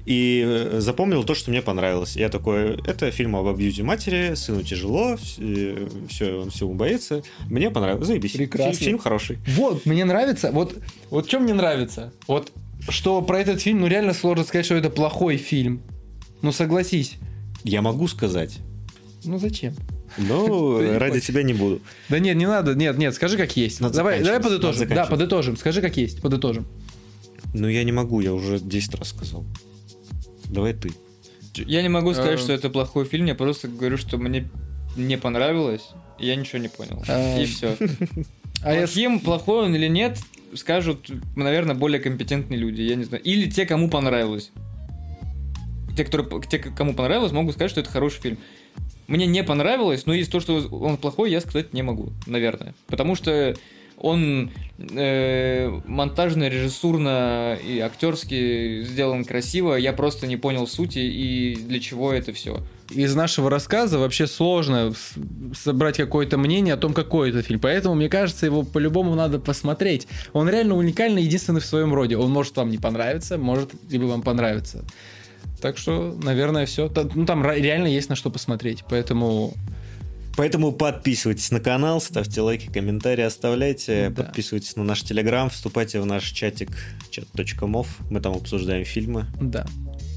и запомнил то, что мне понравилось. Я такой, это фильм об абьюзе матери, сыну тяжело, все, он всего боится. Мне понравилось, заебись. Прекрасно. Фильм хороший. Вот, мне нравится, вот что мне нравится, вот что про этот фильм, ну реально сложно сказать, что это плохой фильм. Ну согласись. Я могу сказать. Ну зачем? Ну, ради тебя не буду. Да нет, не надо, нет, скажи как есть. Давай подытожим. Да, подытожим, скажи как есть, подытожим. Ну я не могу, я уже 10 раз сказал. Давай ты. Я не могу сказать, что это плохой фильм, я просто говорю, что мне не понравилось, и я ничего не понял. И все. Плохой он или нет, скажут, наверное, более компетентные люди, я не знаю. Или те, кому понравилось. Те, кому понравилось, могут сказать, что это хороший фильм. Мне не понравилось, но из того, что он плохой, я сказать не могу, наверное. Потому что он монтажно, режиссурно и актерски сделан красиво. Я просто не понял сути и для чего это все. Из нашего рассказа вообще сложно собрать какое-то мнение о том, какой это фильм. Поэтому, мне кажется, его по-любому надо посмотреть. Он реально уникальный, единственный в своем роде. Он может вам не понравиться, может либо вам понравится. Так что, наверное, все. Ну, там реально есть на что посмотреть. Поэтому подписывайтесь на канал, ставьте лайки, комментарии оставляйте. Да. Подписывайтесь на наш телеграм, вступайте в наш чатик chat.mov. Мы там обсуждаем фильмы. Да.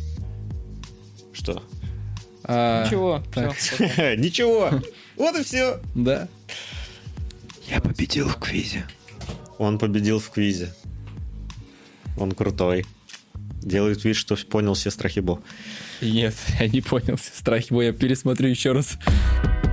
Что? Ничего. Так. Всё. Ничего. Вот и все. Да. Я победил в квизе. Он победил в квизе. Он крутой. Делает вид, что понял все страхи Бо. Нет, я не понял все страхи. Я пересмотрю еще раз.